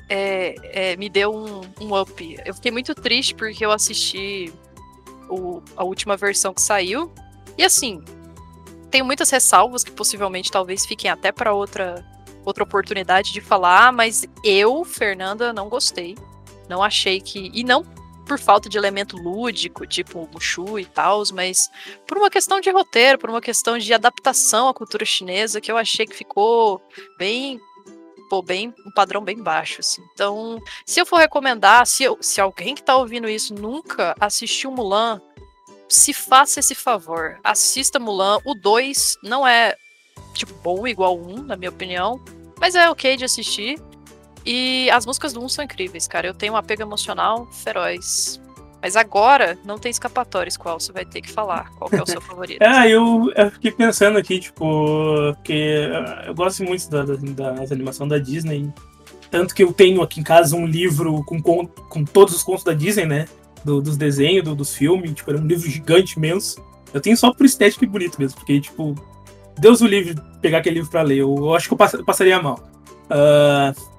é, é, me deu um, um up. Eu fiquei muito triste porque eu assisti o, a última versão que saiu. E assim, tenho muitas ressalvas que possivelmente talvez fiquem até para outra, outra oportunidade de falar, mas eu, Fernanda, não gostei. Não achei que... E não por falta de elemento lúdico, tipo o Mushu e tal, mas por uma questão de roteiro, por uma questão de adaptação à cultura chinesa, que eu achei que ficou bem... Pô, bem, um padrão bem baixo, assim. Então, se eu for recomendar, se, eu, se alguém que tá ouvindo isso nunca assistiu Mulan, se faça esse favor. Assista Mulan. O dois não é, tipo, bom igual o um, na minha opinião, mas é ok de assistir. E as músicas do um são incríveis, cara. Eu tenho um apego emocional feroz. Mas agora não tem escapatórias, qual você vai ter que falar. Qual que é o seu favorito? Ah, eu, eu fiquei pensando aqui, tipo, porque eu gosto muito da, da, da animação da Disney. Tanto que eu tenho aqui em casa um livro com, com todos os contos da Disney, né? Do, dos desenhos, do, dos filmes. Tipo, era um livro gigante, imenso. Eu tenho só por estética e bonito mesmo, porque, tipo, Deus o livre pegar aquele livro pra ler. Eu, eu acho que eu, pass, eu passaria mal. Uh,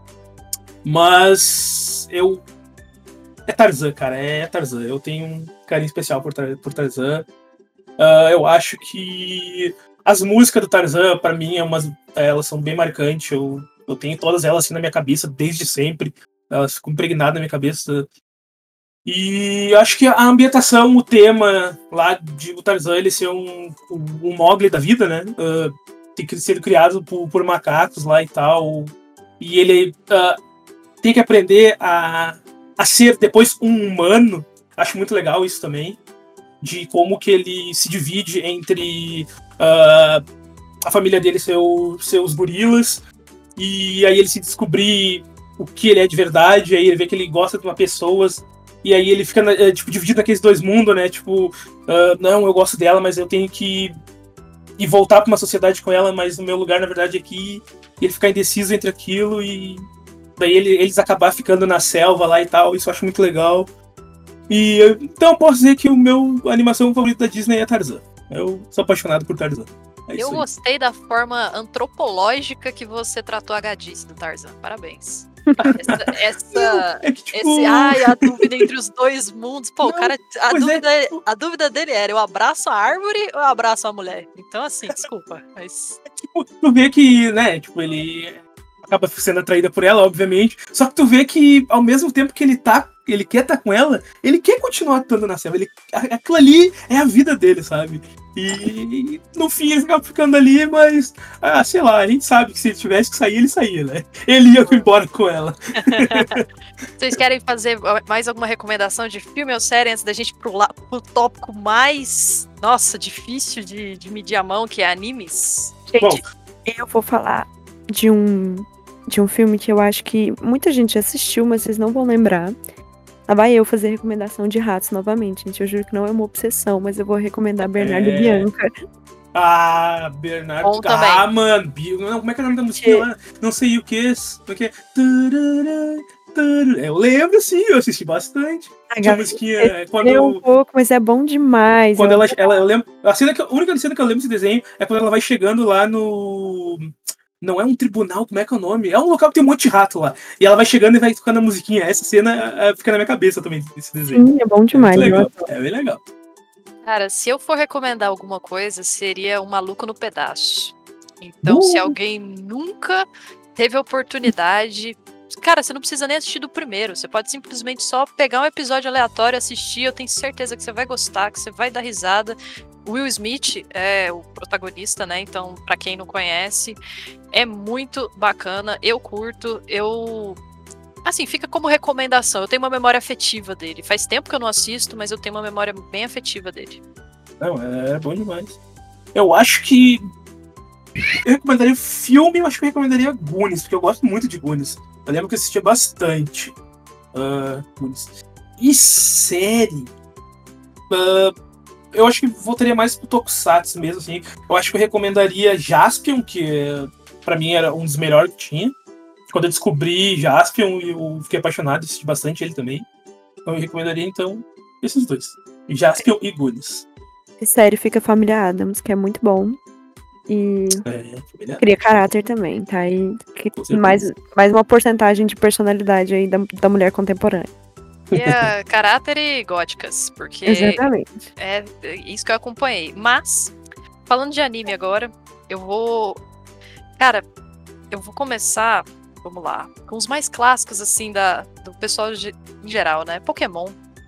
mas eu... É Tarzan, cara, é Tarzan. Eu tenho um carinho especial por, por Tarzan. Uh, eu acho que as músicas do Tarzan, pra mim, é umas, elas são bem marcantes. Eu, eu tenho todas elas assim na minha cabeça desde sempre. Elas ficam impregnadas na minha cabeça. E eu acho que a ambientação, o tema lá de o Tarzan, ele ser um, um, um Mowgli da vida, né? Uh, tem que ser criado por, por macacos lá e tal. E ele uh, tem que aprender a... a ser depois um humano. Acho muito legal isso também, de como que ele se divide entre uh, a família dele ser, o, ser os gorilas, e aí ele se descobrir o que ele é de verdade, aí ele vê que ele gosta de uma pessoa, e aí ele fica uh, tipo, dividido naqueles dois mundos, né, tipo, uh, não, eu gosto dela, mas eu tenho que ir voltar para uma sociedade com ela, mas o meu lugar na verdade é aqui, e ele ficar indeciso entre aquilo, e daí ele, eles acabar ficando na selva lá e tal, isso eu acho muito legal. E então eu posso dizer que o meu a animação favorita da Disney é Tarzan. Eu sou apaixonado por Tarzan. É eu gostei da forma antropológica que você tratou a gadice do Tarzan. Parabéns. Essa, essa é que, tipo... esse, ai, a dúvida entre os dois mundos. Pô, não, o cara, a dúvida, é... a dúvida dele era: eu abraço a árvore ou eu abraço a mulher? Então, assim, desculpa, mas. É, tipo, tu vê que, né, tipo, ele acaba sendo atraída por ela, obviamente. Só que tu vê que, ao mesmo tempo que ele tá, ele quer estar tá com ela, ele quer continuar estando na selva. Ele, aquilo ali é a vida dele, sabe? E no fim ele acaba ficando ali, mas, ah, sei lá, a gente sabe que se ele tivesse que sair, ele saía, né? Ele ia embora com ela. Vocês querem fazer mais alguma recomendação de filme ou série antes da gente ir pro, pro tópico mais, nossa, difícil de, de medir a mão, que é animes? Gente, Bom, eu vou falar de um, de um filme que eu acho que muita gente assistiu, mas vocês não vão lembrar. Lá vai eu fazer recomendação de ratos novamente, gente. Eu juro que não é uma obsessão, mas eu vou recomendar Bernardo é... e Bianca. Ah, Bernardo. Bom também. Ah, mano. Não, como é que é o nome da musiquinha lá? Não sei o que. Porque... Eu lembro, sim. Eu assisti bastante. A Tinha musiquinha... É quando... É um pouco, mas é bom demais. Quando ela, ela... Eu lembro... A, cena que, a única cena que eu lembro desse desenho é quando ela vai chegando lá no... Não é um tribunal, como é que é o nome? É um local que tem um monte de rato lá. E ela vai chegando e vai tocando a musiquinha. Essa cena uh, fica na minha cabeça também, esse desenho. Sim, é bom demais. É legal. É bem legal. Cara, se eu for recomendar alguma coisa, seria O Maluco no Pedaço. Então, uh! se alguém nunca teve a oportunidade... Cara, você não precisa nem assistir do primeiro. Você pode simplesmente só pegar um episódio aleatório, assistir. Eu tenho certeza que você vai gostar, que você vai dar risada. Will Smith é o protagonista, né? Então, pra quem não conhece, é muito bacana. Eu curto, eu... Assim, fica como recomendação. Eu tenho uma memória afetiva dele. Faz tempo que eu não assisto, mas eu tenho uma memória bem afetiva dele. Não, é bom demais. Eu acho que... Eu recomendaria filme, eu acho que eu recomendaria Goonies, porque eu gosto muito de Goonies. Eu lembro que eu assistia bastante uh, Goonies. E série... Uh, eu acho que voltaria mais pro Tokusatsu mesmo, assim. Eu acho que eu recomendaria Jaspion, que pra mim era um dos melhores que tinha. Quando eu descobri Jaspion, eu fiquei apaixonado, assisti bastante ele também. Então eu recomendaria, então, esses dois. Jaspion e Goonies. E série fica Família Addams, que é muito bom. E É, verdade. cria caráter também, tá? E que- Com certeza. mais, mais uma porcentagem de personalidade aí da, da mulher contemporânea. E é caráter e góticas, porque Exatamente. é isso que eu acompanhei. Mas, falando de anime agora, eu vou. Cara, eu vou começar. Vamos lá. Com os mais clássicos, assim, da, do pessoal de- em geral, né? Pokémon.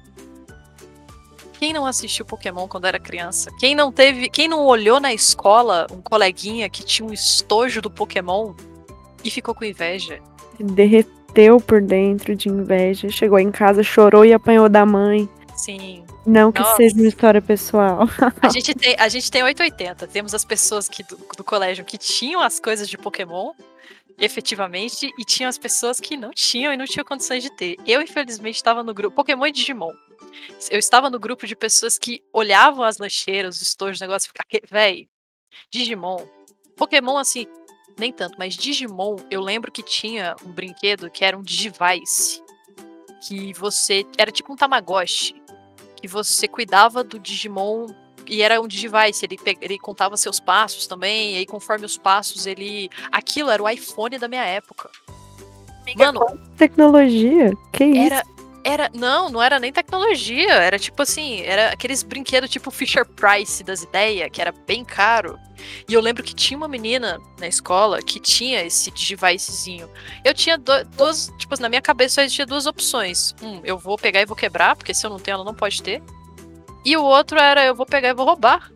Quem não assistiu Pokémon quando era criança? Quem não teve. Quem não olhou na escola um coleguinha que tinha um estojo do Pokémon e ficou com inveja? Derreteu por dentro de inveja. Chegou em casa, chorou e apanhou da mãe. Sim. Não que Nossa. seja uma história pessoal. A gente tem, a gente tem oitocentos e oitenta. Temos as pessoas que, do, do colégio que tinham as coisas de Pokémon, efetivamente, e tinham as pessoas que não tinham e não tinham condições de ter. Eu, infelizmente, estava no grupo Pokémon e Digimon. Eu estava no grupo de pessoas que olhavam as lancheiras, os estojos, o negócio e ficavam, véi, Digimon. Pokémon, assim, nem tanto, mas Digimon, eu lembro que tinha um brinquedo que era um Digivice, que você, era tipo um Tamagotchi, que você cuidava do Digimon e era um Digivice, ele, pe- ele contava seus passos também, e aí conforme os passos ele... Aquilo era o iPhone da minha época. Mano, Tecnologia? Que isso? era... Era, não, não era nem tecnologia, era tipo assim, era aqueles brinquedos tipo Fisher Price das ideias, que era bem caro. E eu lembro que tinha uma menina na escola que tinha esse Digivicezinho. Eu tinha do- duas, tipo, na minha cabeça só existia duas opções. Um, eu vou pegar e vou quebrar, porque se eu não tenho, ela não pode ter. E o outro era, eu vou pegar e vou roubar.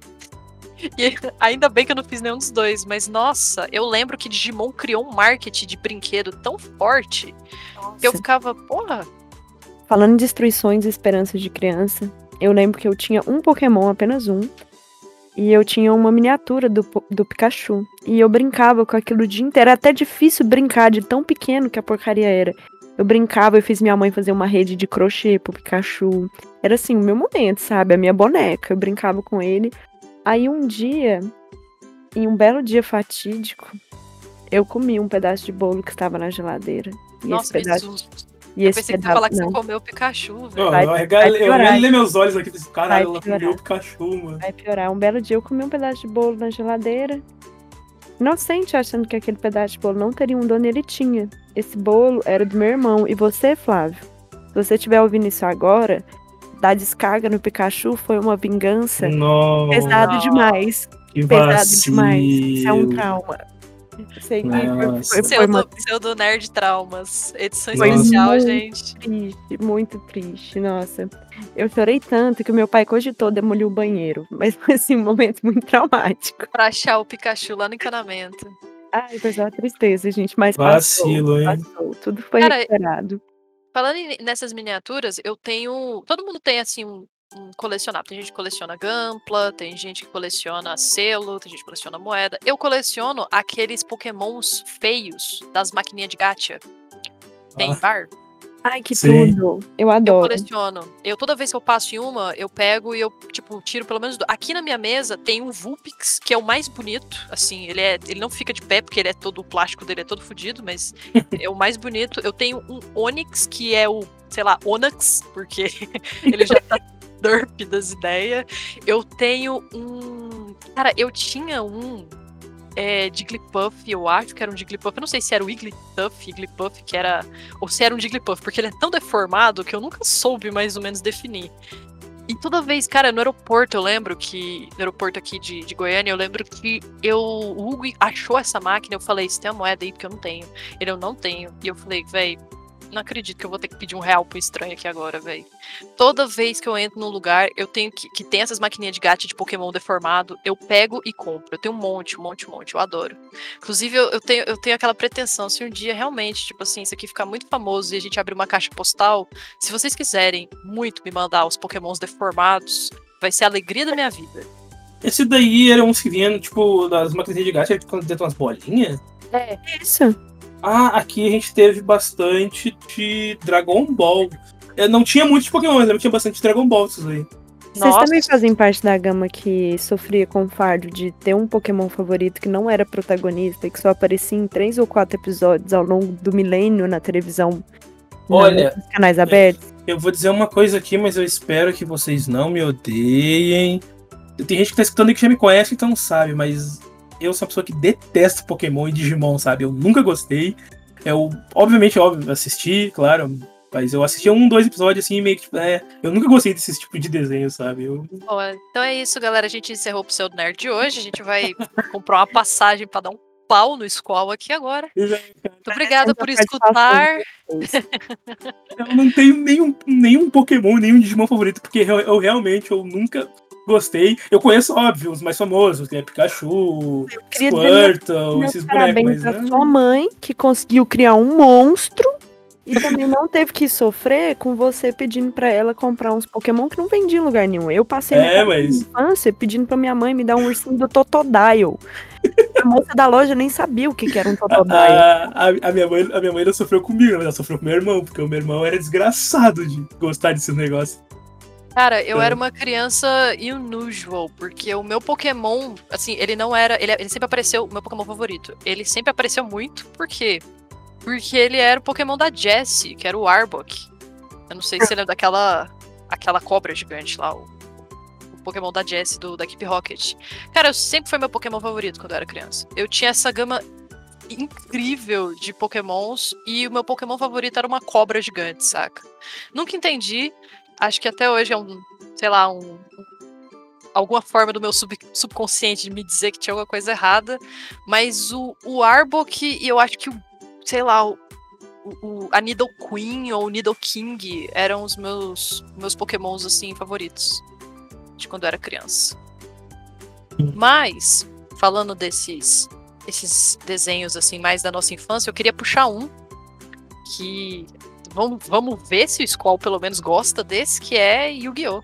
E ainda bem que eu não fiz nenhum dos dois, mas nossa, eu lembro que Digimon criou um marketing de brinquedo tão forte que eu Nossa. ficava, porra, Falando em destruições e esperanças de criança, eu lembro que eu tinha um Pokémon, apenas um, e eu tinha uma miniatura do, Po- do Pikachu. E eu brincava com aquilo o dia inteiro. Era até difícil brincar de tão pequeno que a porcaria era. Eu brincava, eu fiz minha mãe fazer uma rede de crochê pro Pikachu. Era assim, o meu momento, sabe? A minha boneca. Eu brincava com ele. Aí um dia, em um belo dia fatídico, eu comi um pedaço de bolo que estava na geladeira. E nossa, esse que pedaço. susto. E Eu esse pensei que você ia pedaço. falar que Não. você comeu o Pikachu, velho. Ó, Vai- eu arregalei, vai eu piorar. arregalei meus olhos aqui. Desse, caralho, Vai ela piorar. comeu o Pikachu, mano. Vai piorar. Um belo dia eu comi um pedaço de bolo na geladeira. Inocente, achando que aquele pedaço de bolo não teria um dono, ele tinha. Esse bolo era do meu irmão. E você, Flávio, se você estiver ouvindo isso agora, dar descarga no Pikachu foi uma vingança Nossa, pesado Não. demais. que Pesado demais. Isso é um vacilo. trauma. Isso aí Nossa. foi, foi, foi uma Pseudo, Pseudo Nerd Traumas. Edição Foi especial, muito gente. triste, muito triste, nossa. Eu chorei tanto que o meu pai cogitou demolir o banheiro, mas foi assim um momento muito traumático. Pra achar o Pikachu lá no encanamento. Ai, foi só uma tristeza, gente, mas Vacilo, passou, hein? passou, tudo foi Cara, recuperado. Falando em- nessas miniaturas, eu tenho. Todo mundo tem assim um, um colecionável. Tem gente que coleciona Gampla, tem gente que coleciona selo, tem gente que coleciona moeda. Eu coleciono aqueles Pokémons feios das maquininhas de gacha. Tem Ah. bar. Ai, que Sim. tudo, eu Eu adoro. coleciono. Eu toda vez que eu passo em uma, eu pego e eu, tipo, tiro pelo menos. do- Aqui na minha mesa tem um Vulpix, que é o mais bonito. Assim, ele é. Ele não fica de pé, porque ele é todo. O plástico dele é todo fodido, mas é o mais bonito. Eu tenho um Onix, que é o, sei lá, Onax, porque ele já tá derp das ideias. Eu tenho um. Cara, eu tinha um. É, Jigglypuff, eu acho que era um Jigglypuff. Eu não sei se era o Wigglytuff, Jigglypuff, que era. Ou se era um Jigglypuff, porque ele é tão deformado que eu nunca soube mais ou menos definir. E toda vez, cara, no aeroporto, eu lembro que. No aeroporto aqui de, de Goiânia, eu lembro que eu, o Hugo achou essa máquina. Eu falei, você tem uma moeda aí? Porque eu não tenho. Ele, eu não tenho. E eu falei, véi, não acredito que eu vou ter que pedir um real pro estranho aqui agora, véi. Toda vez que eu entro num lugar, eu tenho que. Que tem essas maquininhas de gacha de Pokémon deformado, eu pego e compro. Eu tenho um monte, um monte, um monte. Eu adoro. Inclusive, eu, eu, tenho, eu tenho aquela pretensão, se um dia realmente, tipo assim, isso aqui ficar muito famoso e a gente abrir uma caixa postal, se vocês quiserem muito me mandar os Pokémons deformados, vai ser a alegria da minha vida. Esse daí era uns que vinham, tipo, das máquinas de gacha, quando dentro umas bolinhas. É isso. Ah, aqui a gente teve bastante de Dragon Ball. Eu não tinha muito de Pokémon, mas eu tinha bastante de Dragon Ball esses aí. Vocês Nossa. também fazem parte da gama que sofria com o fardo de ter um Pokémon favorito que não era protagonista e que só aparecia em três ou quatro episódios ao longo do milênio na televisão, Olha, nos canais abertos? Eu vou dizer uma coisa aqui, mas eu espero que vocês não me odeiem. Tem gente que tá escutando e que já me conhece, então sabe, mas eu sou uma pessoa que detesta Pokémon e Digimon, sabe? Eu nunca gostei. Eu, obviamente, óbvio, assisti, claro, mas eu assisti um, dois episódios assim, meio que, tipo, é, eu nunca gostei desse tipo de desenho, sabe? Eu... Bom, então é isso, galera. A gente encerrou o Pseudo Nerd de hoje. A gente vai comprar uma passagem pra dar um pau no Squall aqui agora. Muito obrigada por escutar. Eu não tenho nenhum, nenhum Pokémon, nenhum Digimon favorito, porque eu, eu realmente eu nunca gostei. Eu conheço, óbvio, os mais famosos, que é Pikachu, Squirtle, esses bonecos, mas pra não... sua mãe, que conseguiu criar um monstro e também não teve que sofrer com você pedindo pra ela comprar uns Pokémon que não vendia em lugar nenhum. Eu passei É, minha mas... infância pedindo pra minha mãe me dar um ursinho do Totodile. A moça da loja nem sabia o que, que era um Totodile. A, a, a, minha mãe, a minha mãe não sofreu comigo, mas ela sofreu com meu irmão, porque o meu irmão era desgraçado de gostar desses negócios. Cara, eu É. era uma criança unusual, porque o meu Pokémon, assim, ele não era. Ele, ele sempre apareceu, o meu Pokémon favorito. Ele sempre apareceu muito, por quê? Porque ele era o Pokémon da Jessie, que era o Arbok. Eu não sei se você lembra daquela aquela cobra gigante lá, o, o Pokémon da Jessie do, da Equipe Rocket. Cara, eu sempre foi meu Pokémon favorito quando eu era criança. Eu tinha essa gama incrível de Pokémons e o meu Pokémon favorito era uma cobra gigante, saca? Nunca entendi. Acho que até hoje é um, sei lá, um, alguma forma do meu sub, subconsciente de me dizer que tinha alguma coisa errada. Mas o, o Arbok e eu acho que o, sei lá, o, o, a Nidoqueen ou o Nidoking eram os meus, meus Pokémons, assim, favoritos de quando eu era criança. Mas, falando desses, esses desenhos, assim, mais da nossa infância, eu queria puxar um que... Vamos, vamos ver se o Squall pelo menos gosta desse, que é Yu-Gi-Oh!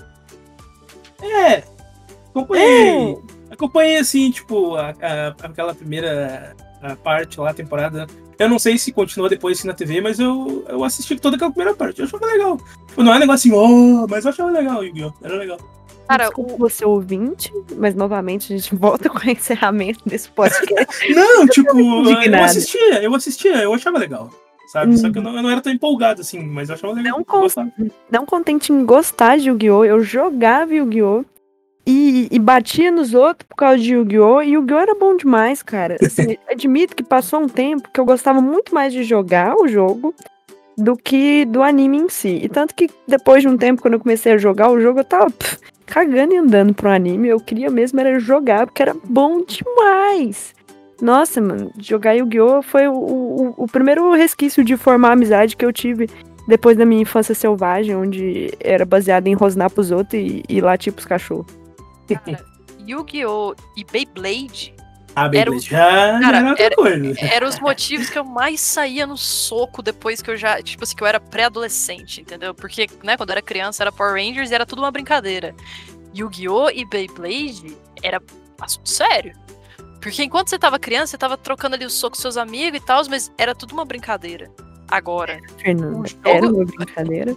É, acompanhei. É. Acompanhei, assim, tipo, a, a, aquela primeira a parte lá, a temporada. Eu não sei se continua depois assim na T V, mas eu, eu assisti toda aquela primeira parte. Eu achava legal. Tipo, não é um negócio assim, oh, mas eu achava legal, Yu-Gi-Oh! Era legal. Cara, Desculpa o... você ouvinte, mas novamente a gente volta com o encerramento desse podcast. Não, tipo, eu assistia, eu assistia, eu achava legal. Sabe? Hum. Só que eu não, eu não era tão empolgado assim, mas eu achava legal. Não, con- não contente em gostar de Yu-Gi-Oh! Eu jogava Yu-Gi-Oh! E, e batia nos outros por causa de Yu-Gi-Oh! E Yu-Gi-Oh! Era bom demais, cara. Assim, admito que passou um tempo que eu gostava muito mais de jogar o jogo do que do anime em si. E tanto que depois de um tempo, quando eu comecei a jogar o jogo, eu tava pff, cagando e andando pro anime. Eu queria mesmo era jogar, porque era bom demais. Nossa, mano, jogar Yu-Gi-Oh! Foi o, o, o primeiro resquício de formar amizade que eu tive depois da minha infância selvagem, onde era baseada em rosnar pros outros e, e latir pros cachorros. Cara, Yu-Gi-Oh! E Beyblade. Ah, Beyblade já, cara, já era outra era, coisa. Eram os motivos que eu mais saía no soco depois que eu já, tipo assim, que eu era pré-adolescente, entendeu? Porque, né, quando eu era criança era Power Rangers e era tudo uma brincadeira. Yu-Gi-Oh! E Beyblade era assunto sério. Porque enquanto você tava criança, você tava trocando ali o soco com seus amigos e tal, mas era tudo uma brincadeira. Agora. Fernanda, um jogo... era uma brincadeira?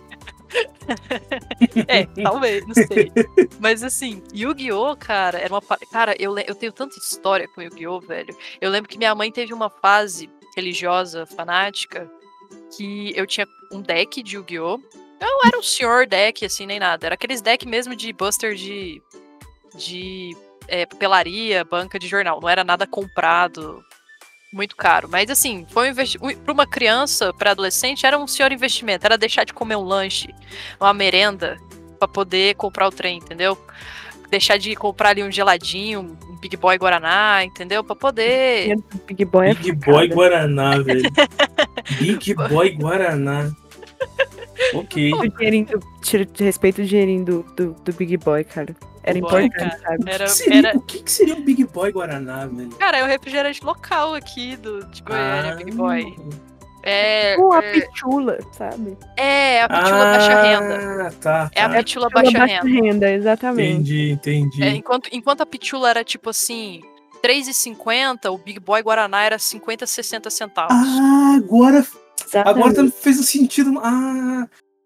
É, talvez, não sei. Mas assim, Yu-Gi-Oh, cara, era uma. Cara, eu, eu tenho tanta história com Yu-Gi-Oh, velho. Eu lembro que minha mãe teve uma fase religiosa, fanática, que eu tinha um deck de Yu-Gi-Oh! Não era um senhor deck, assim, nem nada. Era aqueles deck mesmo de buster de. de. É, papelaria, banca de jornal. Não era nada comprado. Muito caro, mas assim, foi um investimento para uma criança, para adolescente, era um senhor investimento, era deixar de comer um lanche, uma merenda, para poder comprar o trem, entendeu? Deixar de comprar ali um geladinho, um Big Boy Guaraná, entendeu? Para poder. Big Boy, Big Boy Guaraná, velho. Big Boy Guaraná. Ok. O dinheirinho do, de respeito ao dinheirinho do, do, do Big Boy, cara. Era Boy, importante, cara. sabe? Era, o, que seria, era... o que, que seria um Big Boy Guaraná, velho? Cara, é o refrigerante local aqui do, de Goiânia, ah, Big Boy. É, Ou a é... pitula, sabe? É, a pitula ah, baixa renda. Ah, tá, tá. É a pitula, é a pitula baixa, baixa renda. renda. Exatamente. Entendi, entendi. É, enquanto, enquanto a pitula era tipo assim, três reais e cinquenta centavos, o Big Boy Guaraná era cinquenta, sessenta centavos. Ah, agora, Exatamente. agora fez um sentido. Ah,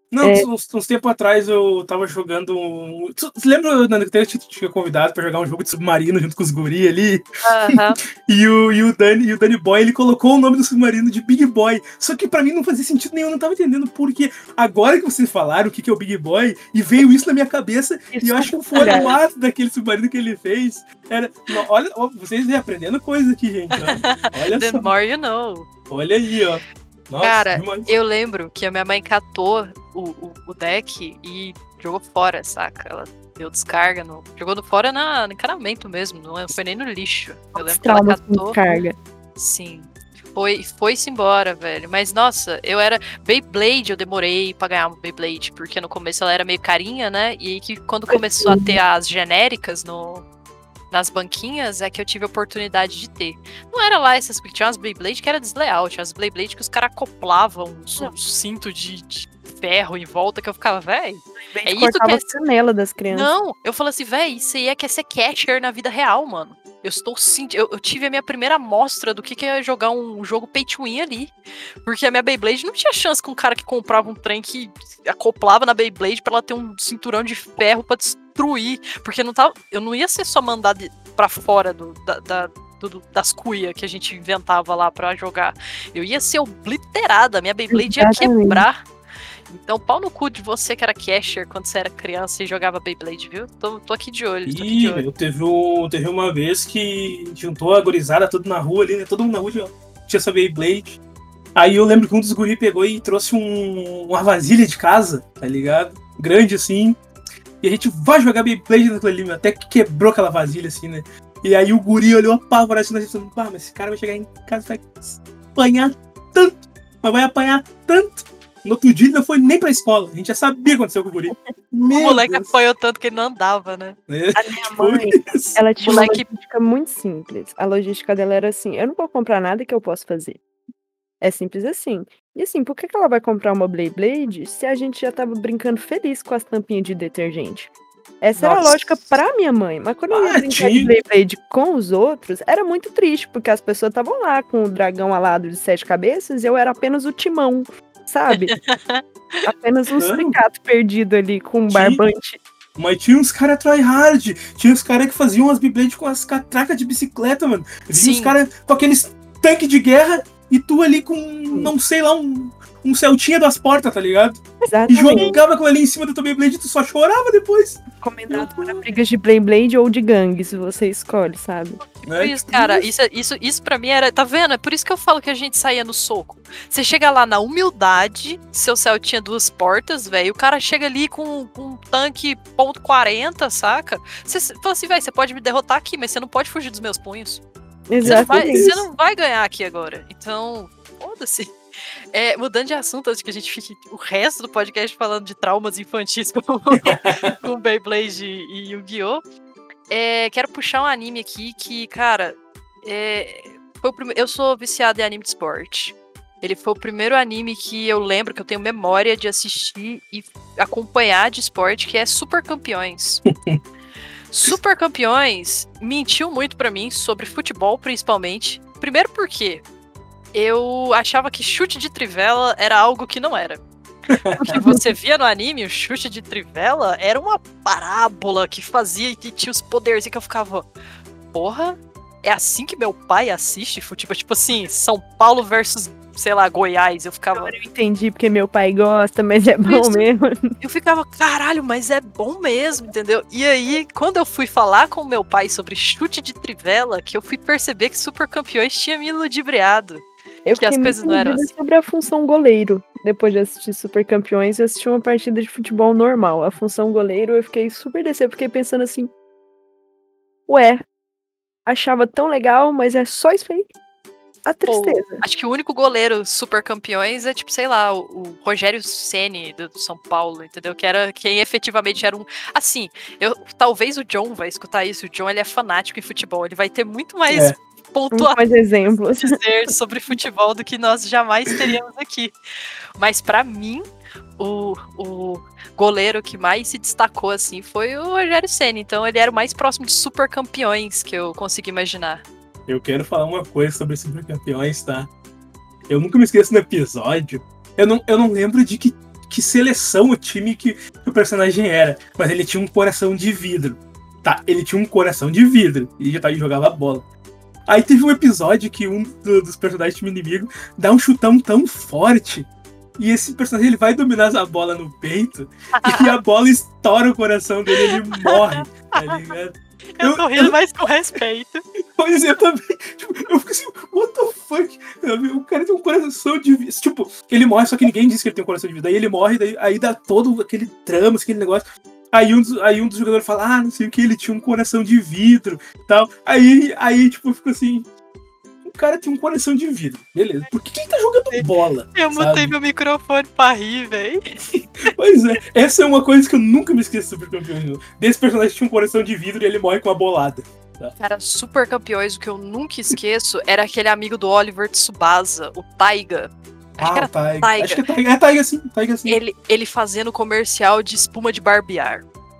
Não, É. uns, uns tempos atrás eu tava jogando. um- Tu, tu lembra, Nando, que eu te tinha convidado pra jogar um jogo de submarino junto com os guri ali? Aham. E o, e o Dani, e o Danny Boy, ele colocou o nome do submarino de Big Boy. Só que pra mim não fazia sentido nenhum, eu não tava entendendo porque agora que vocês falaram o que, que é o Big Boy, e veio isso na minha cabeça, Isso e eu é acho que o verdade. formato daquele submarino que ele fez era. no- Olha, ó, vocês vêm aprendendo coisa aqui, gente. Ó. Olha The só. more you know. Olha aí, ó. Nossa, Cara, demais. eu lembro que a minha mãe catou o, o, o deck e jogou fora, saca? Ela deu descarga, no, jogou no fora na, no encanamento mesmo, não foi nem no lixo. Eu Os lembro que ela traumas com catou. descarga. Sim. Foi, foi-se embora, velho. Mas, nossa, eu era. Beyblade, eu demorei pra ganhar uma Beyblade, porque no começo ela era meio carinha, né? E aí que quando começou a ter as genéricas no, nas banquinhas, é que eu tive a oportunidade de ter. Não era lá essas, porque tinha umas Beyblade que era desleal, tinha as Beyblade que os caras acoplavam um, um cinto de, de ferro em volta, que eu ficava, velho. É isso que Cortava é. a canela das crianças. Não, eu falo assim, véi, isso aí é quer ser catcher na vida real, mano. Eu estou sentindo. Eu, eu tive a minha primeira amostra do que, que é jogar um jogo pay to win ali. Porque a minha Beyblade não tinha chance com um cara que comprava um trem que acoplava na Beyblade pra ela ter um cinturão de ferro pra destruir. Porque não tava, eu não ia ser só mandado pra fora do, da, da, do, das cuias que a gente inventava lá pra jogar. Eu ia ser obliterada. A minha Beyblade ia Exatamente. quebrar. Então, pau no cu de você que era casher quando você era criança e jogava Beyblade, viu? Tô, tô aqui de olho, tô aqui de Ih, olho. meu, teve, um, teve uma vez que juntou a gurizada tudo na rua ali, né? Todo mundo na rua tinha, tinha essa Beyblade. Aí eu lembro que um dos guri pegou e trouxe um, uma vasilha de casa, tá ligado? Grande assim. E a gente vai jogar Beyblade naquilo ali, meu. Até que quebrou aquela vasilha assim, né? E aí o guri olhou apavorado assim, nós pensando, pá, mas esse cara vai chegar em casa e vai apanhar tanto, mas vai apanhar tanto. No outro dia ele não foi nem pra escola. A gente já sabia o que aconteceu com o guri. Meu O moleque Deus. apanhou tanto que ele não andava, né? É, A minha tipo mãe, isso. ela tinha Moleque- uma logística muito simples. A logística dela era assim, eu não vou comprar nada que eu possa fazer. É simples assim. E assim, por que que ela vai comprar uma Beyblade se a gente já tava brincando feliz com as tampinhas de detergente? Essa era a Nossa. lógica pra minha mãe. Mas quando eu ia Ah, brincar de tinha. Beyblade com os outros, era muito triste, porque as pessoas estavam lá com o dragão alado de sete cabeças e eu era apenas o timão, sabe? Apenas um Não. suricato perdido ali com um Tinha. barbante. Mas tinha uns caras tryhard, tinha uns caras que faziam as Beyblade com as catracas de bicicleta, mano. Vinha os Sim. caras com aqueles tanques de guerra e tu ali com, não sei lá, um, um Celtinha das portas, tá ligado? E Exatamente. jogava aquilo ali em cima da tua Beyblade e tu só chorava depois. Recomendado para brigas de Beyblade ou de gangue, se você escolhe, sabe? Né? Isso, Tipo, cara, isso, isso, isso pra mim era. Tá vendo? É por isso que eu falo que a gente saía no soco. Você chega lá na humildade, seu céu tinha duas portas, velho. O cara chega ali com, com um tanque ponto quarenta, saca? Você fala assim, velho, você pode me derrotar aqui, mas você não pode fugir dos meus punhos. Você não, vai, Exatamente. você não vai ganhar aqui agora. Então, foda-se. É, mudando de assunto, antes que a gente fique o resto do podcast falando de traumas infantis com, com Beyblade e Yu-Gi-Oh! É, quero puxar um anime aqui que, cara, é, foi o prime... eu sou viciado em anime de esporte. Ele foi o primeiro anime que eu lembro, que eu tenho memória de assistir e acompanhar de esporte, que é Super Campeões. Super Campeões mentiu muito pra mim sobre futebol, principalmente. Primeiro porque eu achava que chute de trivela era algo que não era. Porque você via no anime, o chute de trivela era uma parábola que fazia e que tinha os poderes e que eu ficava, porra, é assim que meu pai assiste futebol? Tipo assim, São Paulo versus, sei lá, Goiás. Eu ficava, Agora eu entendi porque meu pai gosta, mas é bom Isso. mesmo. eu ficava, caralho, mas é bom mesmo, entendeu? E aí, quando eu fui falar com meu pai sobre chute de trivela, que eu fui perceber que Super Campeões tinha me ludibriado. Eu Que as fiquei coisas muito não eram dúvida sobre a função goleiro. Depois de assistir Super Campeões, eu assisti uma partida de futebol normal. A função goleiro, eu fiquei super decepcionada. Fiquei pensando assim, ué, achava tão legal, mas é só isso aí? A tristeza. Acho que o único goleiro super campeões é, tipo, sei lá, o, o Rogério Ceni do São Paulo, entendeu? Que era quem efetivamente era um. Assim, eu, talvez o John vai escutar isso. O John, ele é fanático em futebol. Ele vai ter muito mais É. Muito pontuação mais exemplos. dizer sobre futebol do que nós jamais teríamos aqui. Mas pra mim, o, o goleiro que mais se destacou assim foi o Rogério Ceni. Então ele era o mais próximo de super campeões que eu consigo imaginar. Eu quero falar uma coisa sobre Super Campeões, tá? Eu nunca me esqueço no episódio. Eu não, eu não lembro de que que seleção o time que, que o personagem era. Mas ele tinha um coração de vidro. Tá, ele tinha um coração de vidro. E já tá, jogava bola. Aí teve um episódio que um do, dos personagens do time inimigo dá um chutão tão forte. E esse personagem ele vai dominar essa bola no peito. E a bola estoura o coração dele e ele morre. Tá ligado? Eu, eu tô rindo, eu, mas com respeito. Pois é, eu também. Tipo, eu fico assim, what the fuck? O cara tem um coração de vida. Tipo, ele morre, só que ninguém disse que ele tem um coração de vida. Aí ele morre, daí, aí dá todo aquele trama, aquele negócio. Aí um, dos, aí um dos jogadores fala, ah, não sei o que, ele tinha um coração de vidro tal. Aí, aí tipo, eu fico assim. O cara tem um coração de vidro, beleza. Por que, que ele tá jogando bola? Eu sabe? mutei meu microfone pra rir, velho. Pois é, essa é uma coisa que eu nunca me esqueço do Super Campeões. Desse personagem que tinha um coração de vidro e ele morre com uma bolada. Tá? Cara, Super Campeões, o que eu nunca esqueço era aquele amigo do Oliver Tsubasa, o Taiga. Acho ah, que era Taiga. Taiga. Acho que é Taiga, é Taiga sim, Taiga sim. Ele, ele fazendo comercial de espuma de barbear.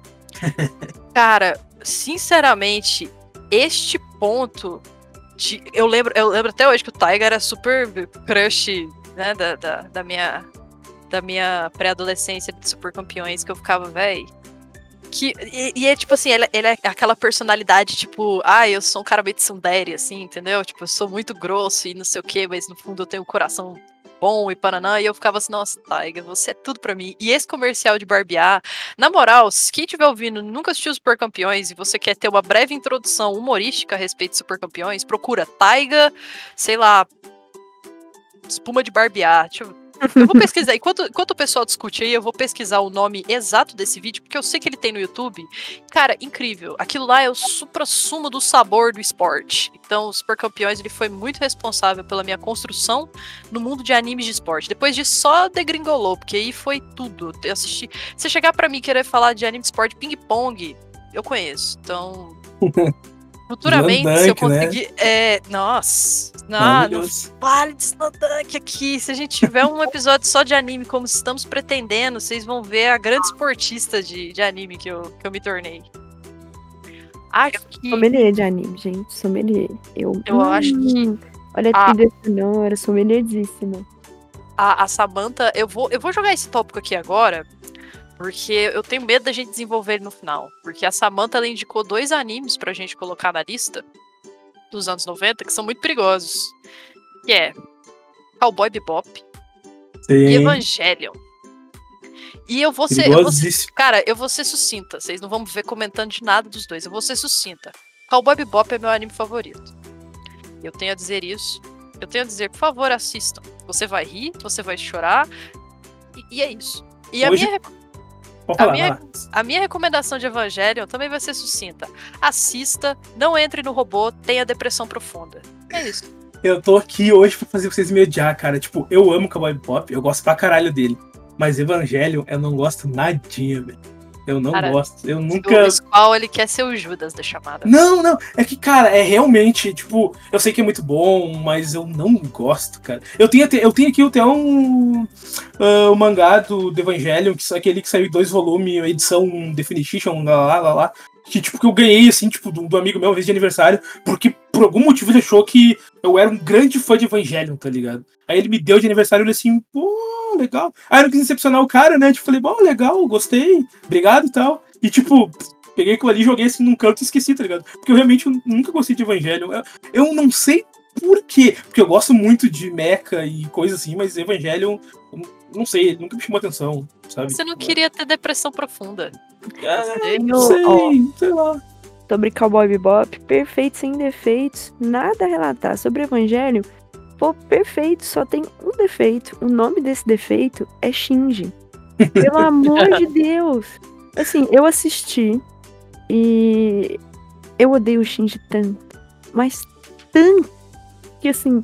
Cara, sinceramente, este ponto... De, eu, lembro, eu lembro até hoje que o Taiga era super crush, né, da, da, da minha, da minha pré-adolescência de Super Campeões, que eu ficava, véi. Que, e, e é tipo assim, ele, ele é aquela personalidade, tipo, ah, eu sou um cara meio de tsundere, assim, entendeu? Tipo, eu sou muito grosso e não sei o que, mas no fundo eu tenho um coração bom e paranã, e eu ficava assim, nossa, Taiga, você é tudo pra mim. E esse comercial de barbear, na moral, se quem estiver ouvindo nunca assistiu Super Campeões e você quer ter uma breve introdução humorística a respeito de Super Campeões, procura Taiga, sei lá, espuma de barbear. Deixa eu... eu vou pesquisar, enquanto, enquanto o pessoal discute aí, eu vou pesquisar o nome exato desse vídeo, porque eu sei que ele tem no YouTube. Cara, incrível. Aquilo lá é o supra-sumo do sabor do esporte. Então, o Super Campeões, ele foi muito responsável pela minha construção no mundo de animes de esporte. Depois disso, só degringolou, porque aí foi tudo. Eu assisti... Se chegar pra mim e querer falar de anime de esporte ping-pong, eu conheço. Então... Futuramente, Slam se eu Dunk, conseguir. Né? É, nossa, não, não fale de Slam Dunk aqui. Se a gente tiver um episódio só de anime, como estamos pretendendo, vocês vão ver a grande esportista de, de anime que eu, que eu me tornei. Acho que. Sommelier de anime, gente. Sommelier. Eu, eu hum, acho que. Olha a trilha sonora, sommelieríssima. A, a Samantha, eu vou, eu vou jogar esse tópico aqui agora. Porque eu tenho medo da gente desenvolver ele no final. Porque a Samantha, ela indicou dois animes pra gente colocar na lista dos anos noventa, que são muito perigosos. Que é Cowboy Bebop Sim. e Evangelion. E eu vou ser... Eu vou ser cara, eu vou ser sucinta. Vocês não vão me ver comentando de nada dos dois. Eu vou ser sucinta. Cowboy Bebop é meu anime favorito. Eu tenho a dizer isso. Eu tenho a dizer, por favor, assistam. Você vai rir, você vai chorar. E, e é isso. E Hoje... a minha... Pode A falar, minha, vai lá. a minha recomendação de Evangelion também vai ser sucinta. Assista, não entre no robô, tenha depressão profunda. É isso. Eu tô aqui hoje pra fazer vocês me odiar, cara. Tipo, eu amo Cowboy Bebop, eu gosto pra caralho dele. Mas Evangelion, eu não gosto nadinha, velho. Eu não cara, gosto. Eu nunca. O qual ele quer ser o Judas da chamada. Não, não. É que, cara, é realmente, tipo, eu sei que é muito bom, mas eu não gosto, cara. Eu tenho, eu tenho aqui até um, uh, um mangá do, do Evangelion, que é aquele que saiu em dois volumes, edição Definition, lá, lá, lá, lá. Que, tipo, que eu ganhei, assim, tipo, do, do amigo meu, uma vez de aniversário, porque por algum motivo ele achou que eu era um grande fã de Evangelion, tá ligado? Aí ele me deu de aniversário, ele assim, pô, legal. Aí eu não quis decepcionar o cara, né? Tipo, falei, bom, legal, gostei, obrigado e tal. E, tipo, peguei aquilo ali, joguei assim num canto e esqueci, tá ligado? Porque eu realmente nunca gostei de Evangelion. Eu, eu não sei por quê, porque eu gosto muito de mecha e coisa assim, mas Evangelion, não sei, nunca me chamou atenção, sabe? Você não queria ter depressão profunda. É, não sei, ó, sei lá. Sobre Cowboy Bebop, perfeito, sem defeitos, nada a relatar. Sobre Evangelion, pô, perfeito, só tem um defeito. O nome desse defeito é Shinji. Pelo amor de Deus! Assim, eu assisti e eu odeio o Shinji tanto, mas tanto, que assim,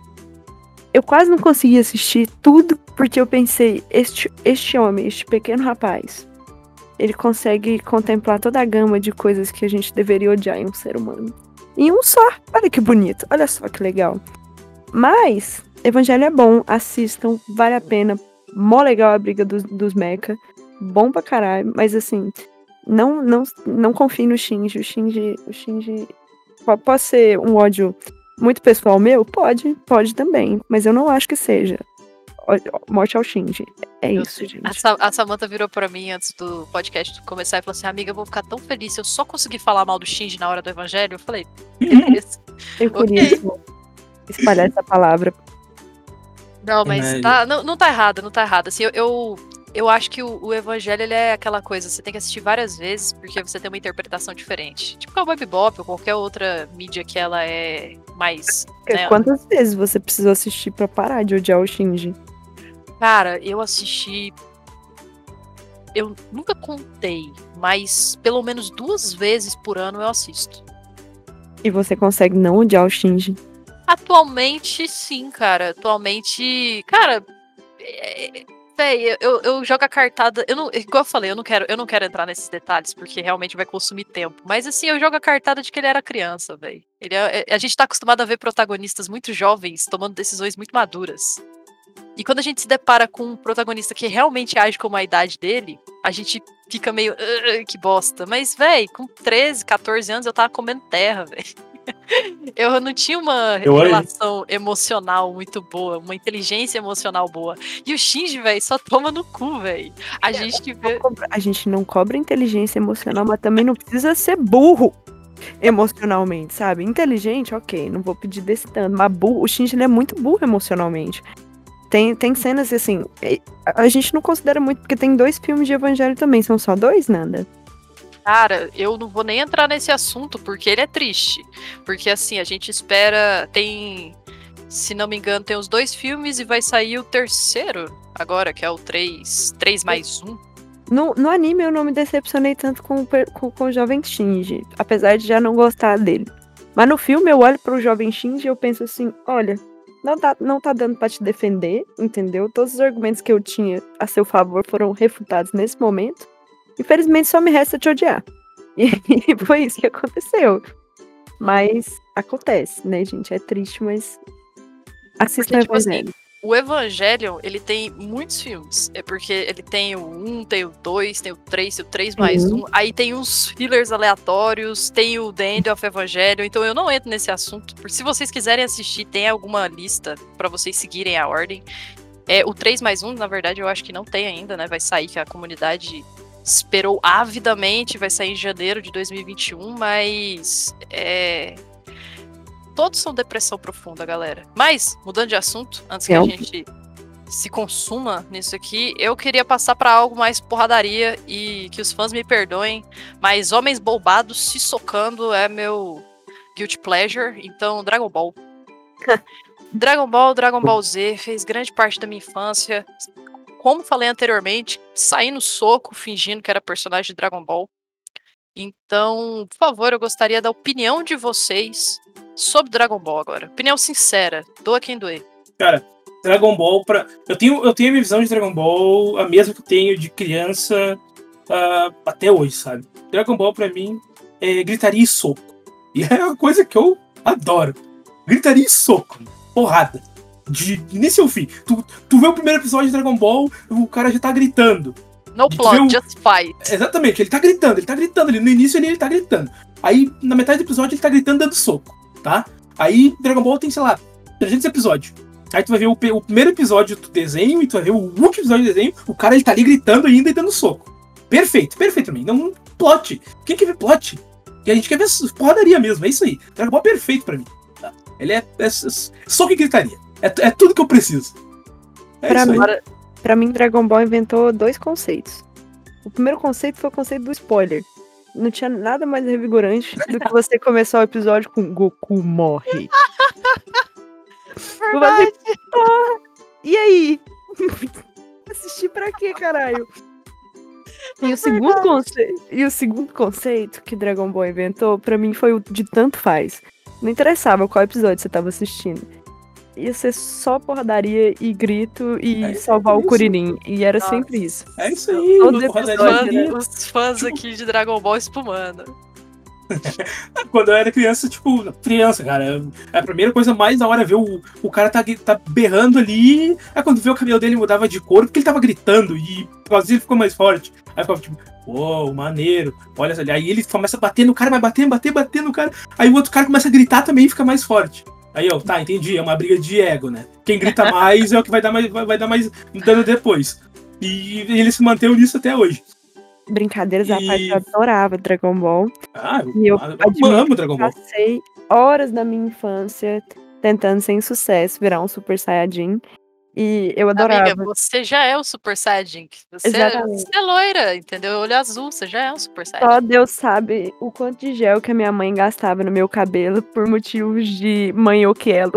eu quase não consegui assistir tudo, porque eu pensei, este, este homem, este pequeno rapaz, ele consegue contemplar toda a gama de coisas que a gente deveria odiar em um ser humano. Em um só. Olha que bonito. Olha só que legal. Mas, Evangelho é bom. Assistam. Vale a pena. Mó legal a briga dos, dos mecha. Bom pra caralho. Mas, assim, não, não, não confie no Shinji. O Shinji... O Shinji... Pode ser um ódio muito pessoal meu? Pode. Pode também. Mas eu não acho que seja. morte ao Shinji. É Eu isso, sei. gente. A, Sa- a Samantha virou pra mim antes do podcast começar e falou assim: amiga, eu vou ficar tão feliz se eu só conseguir falar mal do Shinji na hora do evangelho. Eu falei, beleza. Eu Ok. queria espalhar essa palavra. Não, mas Mas- tá, não, não tá errado, não tá errado. Assim, eu, eu, eu acho que o, o evangelho ele é aquela coisa, você tem que assistir várias vezes porque você tem uma interpretação diferente. Tipo Cowboy Bebop ou qualquer outra mídia que ela é mais... né, Quantas vezes você precisou assistir pra parar de odiar o Shinji? Cara, eu assisti. Eu nunca contei, mas pelo menos duas vezes por ano eu assisto. E você consegue não odiar o Shinji? Atualmente, sim, cara. Atualmente. Cara. É, véi, eu, eu jogo a cartada. Eu não, igual eu falei, eu não, quero, eu não quero entrar nesses detalhes, porque realmente vai consumir tempo. Mas assim, eu jogo a cartada de que ele era criança, velho. Ele é- é- a gente tá acostumado a ver protagonistas muito jovens tomando decisões muito maduras. E quando a gente se depara com um protagonista que realmente age como a idade dele, a gente fica meio. "Ugh, que bosta. Mas, véi, com treze, quatorze anos eu tava comendo terra, velho. Eu não tinha uma Eu olhei. relação emocional muito boa, uma inteligência emocional boa. E o Shinji, velho, só toma no cu, velho. A gente vê. A gente não cobra inteligência emocional, mas também não precisa ser burro emocionalmente, sabe? Inteligente, ok, não vou pedir desse tanto, mas burro, o Shinji ele é muito burro emocionalmente. Tem, tem cenas assim, é, a a gente não considera muito, porque tem dois filmes de Evangelho também, são só dois, Nanda? Cara, eu não vou nem entrar nesse assunto, porque ele é triste. Porque assim, a gente espera. Tem. Se não me engano, tem os dois filmes e vai sair o terceiro agora, que é o três três mais um. No, no anime eu não me decepcionei tanto com, o per- com, com o jovem Shinji, apesar de já não gostar dele. Mas no filme eu olho pro jovem Shinji e eu penso assim, olha, não tá, não tá dando pra te defender, entendeu? Todos os argumentos que eu tinha a seu favor foram refutados nesse momento. Infelizmente só me resta te odiar. E foi isso que aconteceu. Mas acontece, né, gente? É triste, mas assista Porque, tipo o assim, Evangelho. o Evangelion, ele tem muitos filmes. É porque ele tem o um, tem o dois, tem o três, tem o três mais Uhum. um. Aí tem uns fillers aleatórios, tem o The End of Evangelion. Então eu não entro nesse assunto. Porque se vocês quiserem assistir, tem alguma lista pra vocês seguirem a ordem. É, o três mais um, na verdade, eu acho que não tem ainda, né? Vai sair, que a comunidade esperou avidamente, vai sair em janeiro de dois mil e vinte e um, mas é... todos são depressão profunda, galera. Mas, mudando de assunto, antes que É a um- gente se consuma nisso aqui, eu queria passar pra algo mais porradaria e que os fãs me perdoem, mas homens bolbados se socando é meu guilty pleasure, então Dragon Ball. Dragon Ball, Dragon Ball Z fez grande parte da minha infância. Como falei anteriormente, saí no soco fingindo que era personagem de Dragon Ball. Então, por favor, eu gostaria da opinião de vocês sobre Dragon Ball agora. Opinião sincera, doa quem doer. Cara, Dragon Ball, pra... eu, tenho, eu tenho a minha visão de Dragon Ball, a mesma que eu tenho de criança uh, até hoje, sabe? Dragon Ball, pra mim, é gritaria e soco. E é uma coisa que eu adoro. Gritaria e soco. Porrada. De de início ao fim. Tu, tu vê o primeiro episódio de Dragon Ball, o cara já tá gritando. No De plot, ver o- just fight. Exatamente, ele tá gritando, ele tá gritando. Ele, no início ele, ele tá gritando. Aí, na metade do episódio, ele tá gritando dando soco, tá? Aí, Dragon Ball tem, sei lá, trezentos episódios. Aí tu vai ver o, pe- o primeiro episódio do desenho e tu vai ver o último episódio do desenho, o cara ele tá ali gritando ainda e dando soco. Perfeito, perfeito pra mim. Não, plot. Quem quer ver plot? E a gente quer ver porradaria mesmo, é isso aí. Dragon Ball é perfeito pra mim. Tá? Ele é, é, é soco e gritaria. É, é tudo que eu preciso. É Pra isso aí. mim, pra mim, Dragon Ball inventou dois conceitos. O primeiro conceito foi o conceito do spoiler. Não tinha nada mais revigorante do que você começar o episódio com Goku morre. Verdade. Ah, e aí? Assistir pra quê, caralho? E o, segundo conceito, e o segundo conceito que Dragon Ball inventou, pra mim, foi o de tanto faz. Não interessava qual episódio você tava assistindo. Ia ser só porradaria e grito e É salvar o isso. Kuririn. E era Nossa. sempre isso. É isso aí. Todo uma porradaria episódio, ali. né? Os fãs aqui de Dragon Ball espumando. Quando eu era criança, tipo, criança, cara, a primeira coisa mais da hora é ver o, o cara tá, tá berrando ali. Aí quando vê o cabelo dele mudava de cor, porque ele tava gritando e por causa disso ele ficou mais forte. Aí ficava tipo, uou, maneiro, olha só. Aí ele começa a bater no cara, vai batendo, bater, bater no cara. Aí o outro cara começa a gritar também e fica mais forte. Aí eu, tá, entendi, é uma briga de ego, né? Quem grita mais é o que vai dar mais, vai, vai dar mais dano depois. E ele se manteve nisso até hoje. Brincadeiras à E- parte, eu adorava Dragon Ball. Ah, E eu eu, eu admito amo Dragon Ball. Passei horas da minha infância tentando sem sucesso virar um Super Saiyajin. E eu adorava. Amiga, você já é o Super Saiyajin. Você, Exatamente. você é loira, entendeu? Olho azul, você já é um Super Saiyajin. Só Deus sabe o quanto de gel que a minha mãe gastava no meu cabelo por motivos de mãe Oquelo.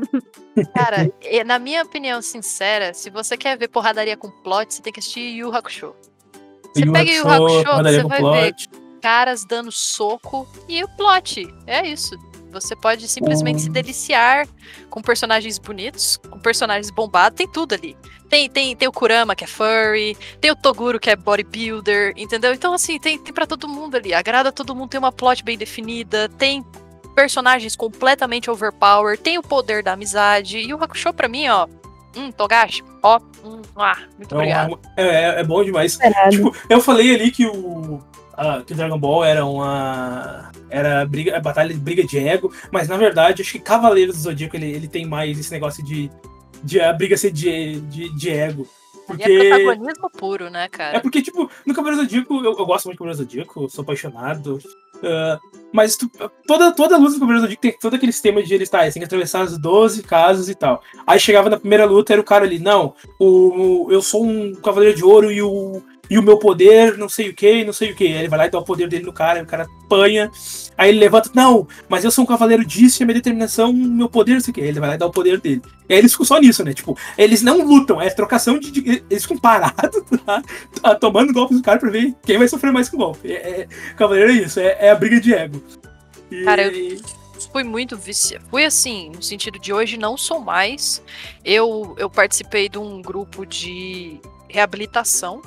Cara, e- na minha opinião sincera, se você quer ver porradaria com plot, você tem que assistir Yu Yu Hakusho. Você Yu pega Yu Yu Hakusho, Hakusho, porradaria você com vai plot. ver caras dando soco e o plot. É isso. Você pode simplesmente Hum. se deliciar com personagens bonitos, com personagens bombados, tem tudo ali. Tem, tem, tem o Kurama, que é furry, tem o Toguro, que é bodybuilder, entendeu? Então, assim, tem, tem pra todo mundo ali. Agrada todo mundo, tem uma plot bem definida, tem personagens completamente overpowered, tem o poder da amizade. E o Hakusho, pra mim, ó, hum, Togashi, ó, hum, ah, muito Então, obrigado. é, é, é bom demais. Esperado. Tipo, eu falei ali que o, a, que o Dragon Ball era uma. Era briga, a batalha de briga de ego, mas na verdade, acho que Cavaleiros do Zodíaco ele, ele tem mais esse negócio de, de a briga ser de, de, de ego. E é Porque. protagonismo puro, né, cara? É porque, tipo, no Cavaleiro do Zodíaco, eu, eu gosto muito do Cavaleiro do Zodíaco, eu sou apaixonado. ah, mas tu- toda, toda luta do Cavaleiro do Zodíaco tem todo aquele sistema de eles, tá, eles têm que atravessar as doze casas e tal. Aí chegava na primeira luta, era o cara ali, não, o, o- eu sou um Cavaleiro de Ouro e o, e o meu poder, não sei o que, não sei o que. Aí ele vai lá e dá o poder dele no cara, e o cara apanha. Aí ele levanta, não, mas eu sou um cavaleiro disso e a minha determinação, meu poder, não sei o que. Aí ele vai lá e dá o poder dele. E aí eles ficam só nisso, né? Tipo, eles não lutam, é trocação de. de eles ficam parados, tá? Tá tomando golpes do cara pra ver quem vai sofrer mais com o golpe. É, é, cavaleiro é isso, é, é a briga de ego. E- Cara, eu- Fui muito viciada. Fui assim, no sentido de hoje não sou mais. Eu, eu participei de um grupo de reabilitação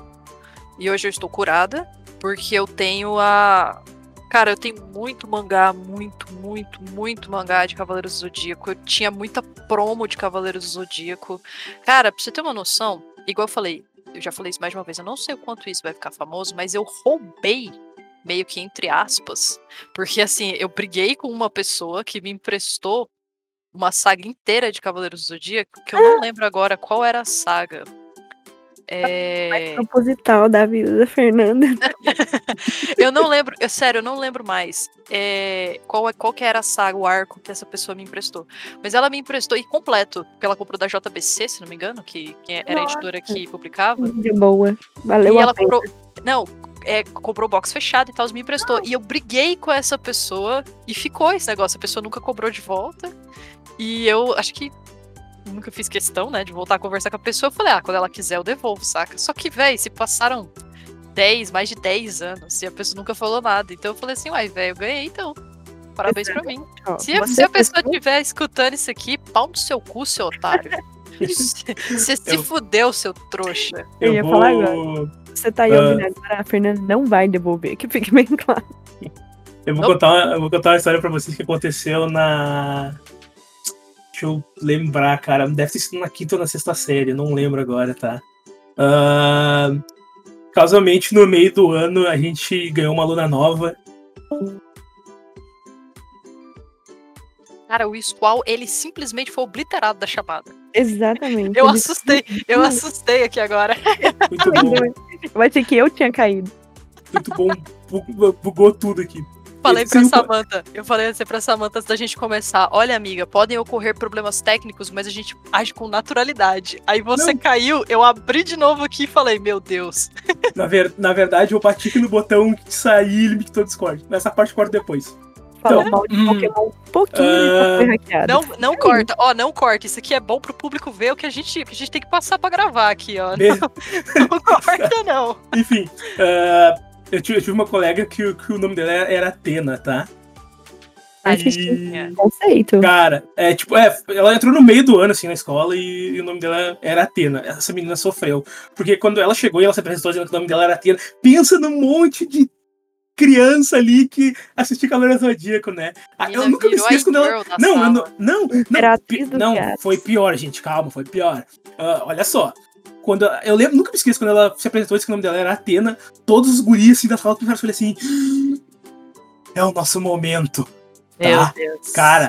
e hoje eu estou curada porque eu tenho a. Cara, eu tenho muito mangá, muito, muito, muito mangá de Cavaleiros do Zodíaco. Eu tinha muita promo de Cavaleiros do Zodíaco. Cara, pra você ter uma noção, igual eu falei, eu já falei isso mais de uma vez, eu não sei o quanto isso vai ficar famoso, mas eu roubei, meio que entre aspas, porque assim, eu briguei com uma pessoa que me emprestou uma saga inteira de Cavaleiros do Zodíaco, que eu não lembro agora qual era a saga. É... Proposital da vida da Fernanda. Eu não lembro, eu, sério, eu não lembro mais é, qual, é- qual que era a saga, o arco que essa pessoa me emprestou. Mas ela me emprestou e completo, porque ela comprou da J B C, se não me engano, que, que era a Nossa. editora que publicava. Mídia boa. Valeu E a ela pena. comprou. Não, é, comprou box fechado e tal, me emprestou. E eu briguei com essa pessoa e ficou esse negócio. A pessoa nunca cobrou de volta. E eu acho que nunca fiz questão, né, de voltar a conversar com a pessoa. Eu falei, ah, quando ela quiser eu devolvo, saca? Só que, véi, se passaram dez, mais de dez anos e a pessoa nunca falou nada. Então eu falei assim, uai, velho, eu ganhei então. Parabéns pra mim. Ó, Se a, você se a pessoa testou? estiver escutando isso aqui, pau no seu cu, seu otário. Você se Eu- fudeu, seu trouxa. Eu Eu ia vou. falar agora. Você tá aí Ah. ouvindo agora, a Fernanda não vai devolver, que fique bem claro. Eu vou, Nope. contar uma, eu vou contar uma história pra vocês que aconteceu na. Deixa eu lembrar, cara. Deve ter sido na quinta ou na sexta série, não lembro agora, tá? Ah, casualmente, no meio do ano, a gente ganhou uma aluna nova. Cara, o Squall, ele simplesmente foi obliterado da chamada. Exatamente. Eu Ele- assustei, eu assustei aqui agora. Muito bom, Eu achei que eu tinha caído. muito bom. Bu- Bugou tudo aqui. Falei Esse pra é o- Samantha, eu falei assim pra Samantha antes da gente começar, olha amiga, podem ocorrer problemas técnicos, mas a gente age com naturalidade. Aí você Não. caiu, eu abri de novo aqui e falei, meu Deus. Na, ver- na verdade, eu bati aqui no botão de sair e ele me quitou o Discord. Nessa parte eu corto depois. Falou Então, mal de hum, Pokémon um pouquinho e ah, foi hackeado. Não, não corta, ó, não corta. Isso aqui é bom pro público ver o que a gente, que a gente tem que passar pra gravar aqui, ó. Be- Não corta, não. Enfim, ah, eu, tive, eu tive uma colega que, o- que o nome dela era Atena, tá? Mas que E, conceito. cara, é tipo, é, ela entrou no meio do ano, assim, na escola e, e o nome dela era Atena. Essa menina sofreu. Porque quando ela chegou e ela se apresentou dizendo que o nome dela era Atena, pensa num monte de criança ali que assistia Cavaleiro Zodíaco, né? Ah, Menina Eu nunca me virou esqueço a quando ela. girl da Não, eu sala. não, não, não, Imperatriz pi- dos não, gatos. foi pior, gente, calma, foi pior. Ah, olha só. Quando eu lembro, nunca me esqueço quando ela se apresentou, disse que o nome dela era Atena, todos os guris assim da sala começaram a falar assim: é o nosso momento. Meu Tá. Deus. Cara,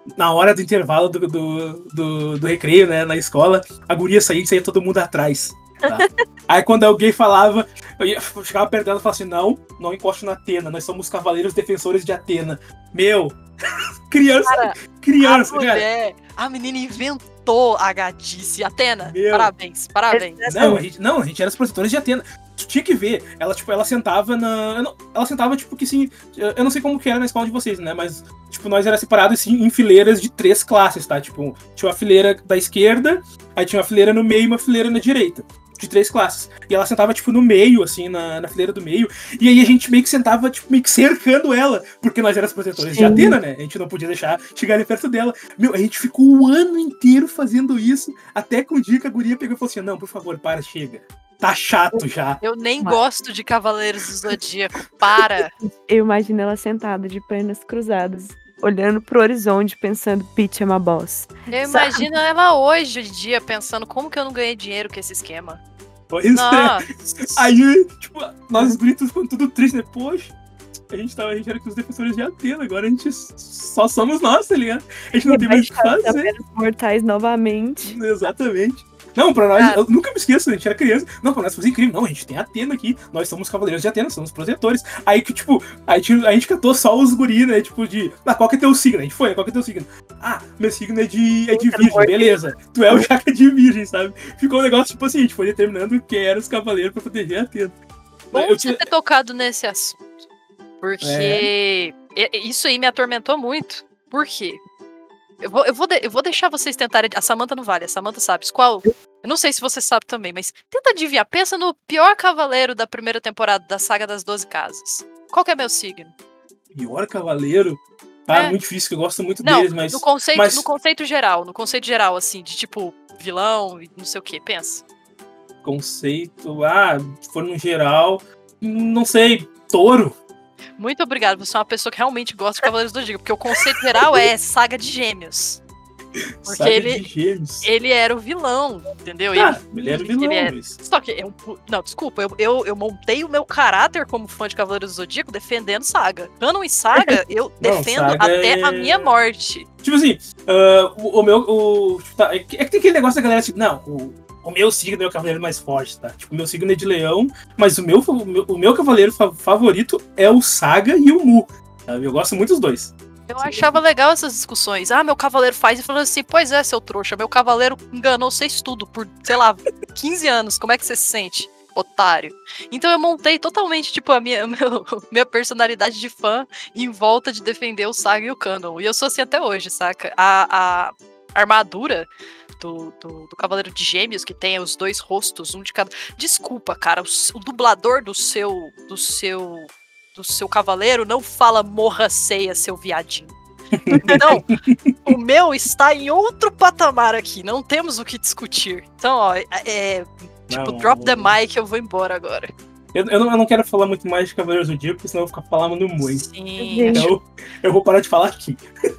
na hora do intervalo do, do, do, do recreio, né, na escola, a guria saía e saía todo mundo atrás. Tá? Aí quando alguém falava, eu, ia, eu ficava perto dela e falava assim, não, não encoste na Atena, nós somos cavaleiros defensores de Atena. Meu, criança, Cara, criança, a cara. mulher, a menina inventou a gatice. Atena, Meu. parabéns, parabéns. Não, a gente, não, a gente era os protetores de Atena. Tu tinha que ver, ela, tipo, ela sentava na... Não, ela sentava, tipo, que assim... Eu não sei como que era na escola de vocês, né? Mas, tipo, nós era separado, assim, em fileiras de três classes, tá? Tipo, tinha uma fileira da esquerda, aí tinha uma fileira no meio e uma fileira na direita. De três classes. E ela sentava, tipo, no meio, assim, na, na fileira do meio. E aí a gente meio que sentava, tipo, meio que cercando ela. Porque nós éramos protetores Sim. de Atena, né? A gente não podia deixar chegar ali perto dela. Meu, a gente ficou o ano inteiro fazendo isso. Até que um dia que a guria pegou e falou assim, não, por favor, para, chega. Tá chato já. Eu nem Mas... gosto de Cavaleiros do Zodíaco. Para. Eu imagino ela sentada de pernas cruzadas, olhando pro horizonte, pensando, Peach é uma boss. Eu imagino ela hoje em dia pensando, como que eu não ganhei dinheiro com esse esquema? Pois Nossa. é. Aí, tipo, nós gritos ficam tudo triste, né? Poxa, a gente, tava, a gente era com os defensores de Atena, agora a gente só somos nós, tá ligado? A gente não tem mais o que fazer. Mortais novamente. Exatamente. Não, pra nós, ah. eu nunca me esqueço, a gente era criança. Não, pra nós foi incrível. Não, a gente tem Atena aqui. Nós somos cavaleiros de Atena, somos protetores. Aí que, tipo, a gente, a gente cantou só os guri, né? Tipo, de. Ah, qual que é teu signo? A gente foi, qual que é teu signo? Ah, meu signo é de, é de virgem, beleza. Tu é o jaca de virgem, sabe? Ficou um negócio, tipo assim, a gente foi determinando quem eram os cavaleiros pra proteger a Atena. Bom eu você ter tocado nesse assunto. Porque é. isso aí me atormentou muito. Por quê? Eu vou, eu, vou de, eu vou deixar vocês tentarem. A Samantha não vale, a Samantha sabe qual. Eu não sei se você sabe também, mas tenta adivinhar. Pensa no pior cavaleiro da primeira temporada da Saga das doze Casas. Qual que é meu signo? Pior cavaleiro? Ah, é muito difícil, que eu gosto muito não, deles, mas... No conceito, mas... no conceito geral, no conceito geral, assim, de tipo, vilão e não sei o que, pensa. Conceito, ah, se for no geral, não sei, touro. Muito obrigado, você é uma pessoa que realmente gosta de Cavaleiros do Zodíaco, porque o conceito geral é Saga de Gêmeos. Porque Saga ele, de Gêmeos. ele era o vilão, entendeu? Ah, ele, ele era o vilão, ele era... mas... Só que, eu, não, desculpa, eu, eu, eu montei o meu caráter como fã de Cavaleiros do Zodíaco defendendo Saga. Canon e Saga, eu não, defendo Saga até é... a minha morte. Tipo assim, uh, o, o meu... O, tá, é que tem aquele negócio da galera, tipo, não, o... O meu signo é o cavaleiro mais forte, tá? Tipo, o meu signo é de leão, mas o meu, o meu, o meu cavaleiro favorito é o Saga e o Mu. Sabe? Eu gosto muito dos dois. Eu Sim. achava legal essas discussões. Ah, meu cavaleiro faz e falando assim, pois é, seu trouxa, meu cavaleiro enganou vocês tudo por, sei lá, quinze anos. Como é que você se sente, otário? Então eu montei totalmente, tipo, a minha, meu, minha personalidade de fã em volta de defender o Saga e o Canon. E eu sou assim até hoje, saca? A, a armadura... Do, do, do Cavaleiro de Gêmeos, que tem os dois rostos, um de cada... Desculpa, cara, o, o dublador do seu, do seu do seu cavaleiro não fala morra ceia, seu viadinho. Então, o meu está em outro patamar aqui, não temos o que discutir. Então, ó, é... Tipo, não, drop the mic, eu vou embora agora. Eu, eu, não, eu não quero falar muito mais de Cavaleiros do Zodíaco, porque senão eu vou ficar falando muito. Sim. Então, eu vou parar de falar aqui.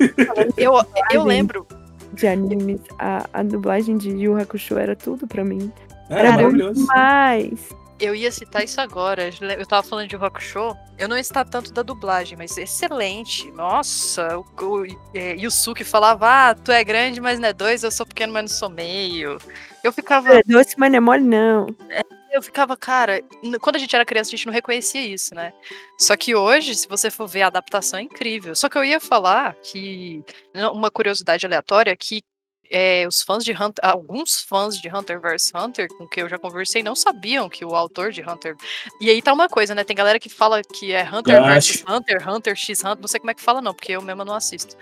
Eu, eu lembro... De animes, a, a dublagem de Yu Hakusho era tudo pra mim. É, era maravilhoso. Demais. Eu ia citar isso agora. Eu tava falando de Yu Hakusho. Eu não está tanto da dublagem, mas excelente. Nossa, o, o é, Yusuke falava, ah, tu é grande, mas não é dois, eu sou pequeno, mas não sou meio. Eu ficava... É doce, mas não é mole, não. É, eu ficava, cara, quando a gente era criança, a gente não reconhecia isso, né? Só que hoje, se você for ver, a adaptação é incrível. Só que eu ia falar que, uma curiosidade aleatória, que é, os fãs de Hunter, alguns fãs de Hunter versus Hunter, com quem eu já conversei, não sabiam que o autor de Hunter... E aí tá uma coisa, né? Tem galera que fala que é Hunter versus Hunter, Hunter x Hunter, não sei como é que fala não, porque eu mesma não assisto.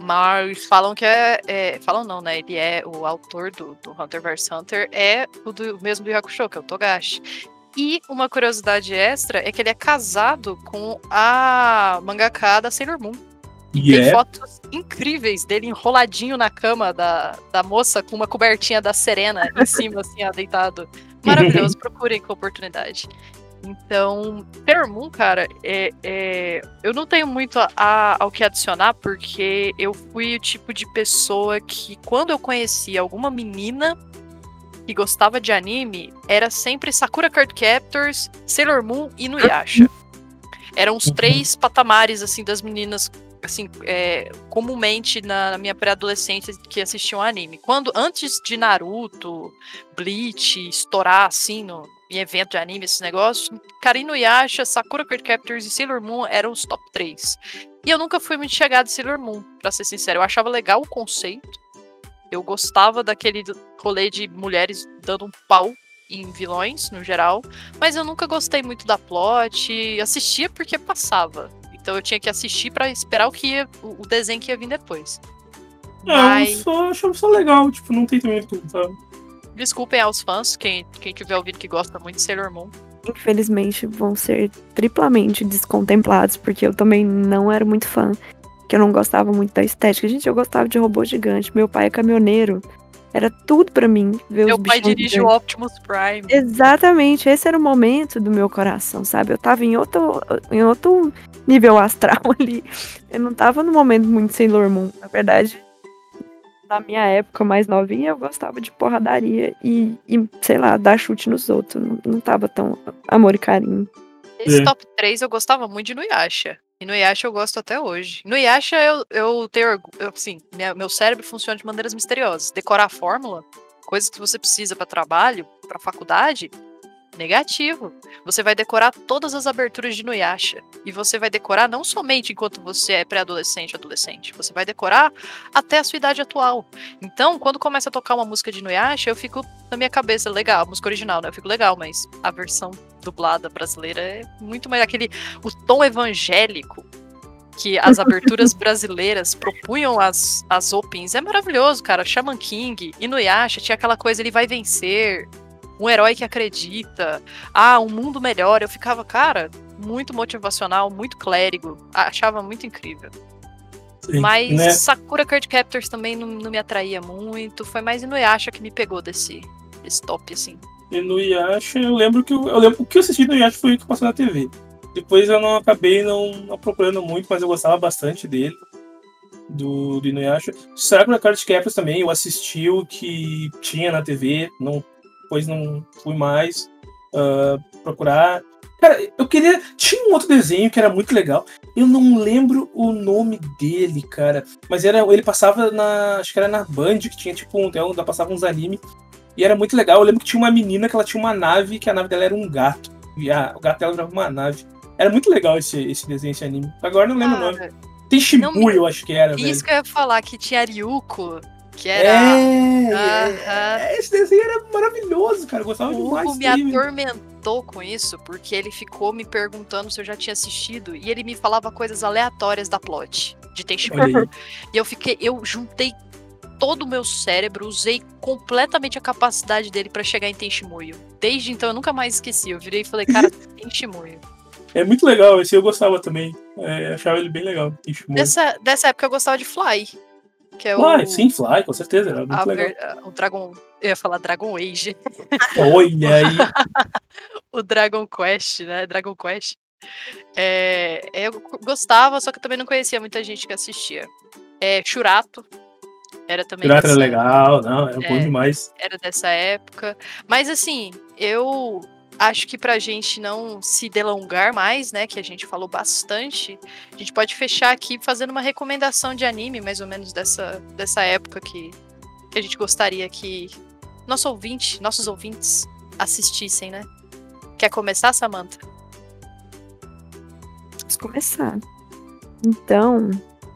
Mas falam que é... é falam não, né? Ele é o autor do, do Hunter versus Hunter, é o do, mesmo do Yu Hakusho, que é o Togashi. E uma curiosidade extra é que ele é casado com a mangaka da Sailor Moon. Yeah. Tem fotos incríveis dele enroladinho na cama da, da moça com uma cobertinha da Serena em cima, assim, ó, deitado. Maravilhoso, procurem com oportunidade. Então, Sailor Moon, cara, é, é, eu não tenho muito a, a, ao que adicionar, porque eu fui o tipo de pessoa que, quando eu conhecia alguma menina que gostava de anime, era sempre Sakura Card Captors, Sailor Moon e Inuyasha. Eram os três patamares, assim, das meninas assim, é, comumente na, na minha pré-adolescência que assistiam anime. Quando, antes de Naruto, Bleach, estourar, assim, no, em evento de anime, esses negócios, cara, Inuyasha, Sakura Card Captors e Sailor Moon eram os top três. E eu nunca fui muito chegada de Sailor Moon, pra ser sincero. Eu achava legal o conceito. Eu gostava daquele rolê de mulheres dando um pau em vilões, no geral. Mas eu nunca gostei muito da plot. Assistia porque passava. Então eu tinha que assistir pra esperar o que ia, o desenho que ia vir depois. É, Mas... eu só achava só legal, tipo, não tem também tudo, sabe? Desculpem aos fãs, quem, quem tiver ouvido que gosta muito de Sailor Moon. Infelizmente vão ser triplamente descontemplados, porque eu também não era muito fã. Que eu não gostava muito da estética. Gente, eu gostava de robô gigante. Meu pai é caminhoneiro. Era tudo pra mim ver Meu os pai bichos dirige o Optimus Prime. Exatamente, esse era o momento do meu coração, sabe? Eu tava em outro, em outro nível astral ali. Eu não tava no momento muito Sailor Moon. Na verdade, na minha época mais novinha, eu gostava de porradaria e, e sei lá, dar chute nos outros. Não, não tava tão amor e carinho. Esse É. top três eu gostava muito de Inuyasha. Inuyasha eu gosto até hoje. Inuyasha eu, eu tenho orgulho. Assim, minha, meu cérebro funciona de maneiras misteriosas. Decorar a fórmula, coisas que você precisa pra trabalho, pra faculdade, negativo. Você vai decorar todas as aberturas de Inuyasha. E você vai decorar não somente enquanto você é pré-adolescente ou adolescente. Você vai decorar até a sua idade atual. Então, quando começa a tocar uma música de Inuyasha, eu fico na minha cabeça, legal, a música original, né? Eu fico legal, mas a versão dublada brasileira é muito mais aquele... O tom evangélico que as aberturas brasileiras propunham as, as opens é maravilhoso, cara. Shaman King, Inuyasha, tinha aquela coisa, ele vai vencer... Um herói que acredita, ah, um mundo melhor. Eu ficava, cara, muito motivacional, muito clérigo. Achava muito incrível. Sim, Mas né? Sakura Card Captors também não, não me atraía muito. Foi mais Inuyasha que me pegou desse, desse top, assim. E no Yasha, eu lembro que eu, eu lembro o que eu assisti no Yasha foi o que passou na T V. Depois eu não acabei não, não procurando muito, mas eu gostava bastante dele. Do, do Inuyasha. Sakura Card Captors também, eu assisti o que tinha na T V, não, depois não fui mais uh, procurar. Cara, eu queria. Tinha um outro desenho que era muito legal. Eu não lembro o nome dele, cara. Mas era, ele passava na. Acho que era na Band, que tinha tipo um. Onde passava uns animes. E era muito legal. Eu lembro que tinha uma menina que ela tinha uma nave, que a nave dela era um gato. E a, o gato dela virava uma nave. Era muito legal esse, esse desenho, esse anime. Agora eu não lembro o nome. Tem Shibuya, eu acho que era, velho. Isso que eu ia falar, que tinha Ryuko, que era... É, Aham. é, esse desenho era maravilhoso, cara. Eu gostava O demais Hugo me dele. atormentou com isso, porque ele ficou me perguntando se eu já tinha assistido, e ele me falava coisas aleatórias da plot, de Tenchi Olha Muyo. aí. E eu fiquei, eu juntei todo o meu cérebro, usei completamente a capacidade dele pra chegar em Tenchi Muyo. Desde então eu nunca mais esqueci, eu virei e falei, cara, Tenchi Muyo. É muito legal, esse eu gostava também. É, achava ele bem legal. Dessa, dessa época eu gostava de Fly, que é Fly, o... sim, Fly, com certeza, era muito a legal. ver- o Dragon... Eu ia falar Dragon Age. Olha aí. O Dragon Quest, né? Dragon Quest. É, eu gostava, só que eu também não conhecia muita gente que assistia. É, Churato. Era também Pirata era dessa, legal, não, era bom É. demais. era dessa época. Mas assim, eu acho que pra gente não se delongar mais, né? Que a gente falou bastante, a gente pode fechar aqui fazendo uma recomendação de anime, mais ou menos dessa, dessa época que, que a gente gostaria que nosso ouvinte, nossos ouvintes assistissem, né? Quer começar, Samantha? Vamos começar. Então,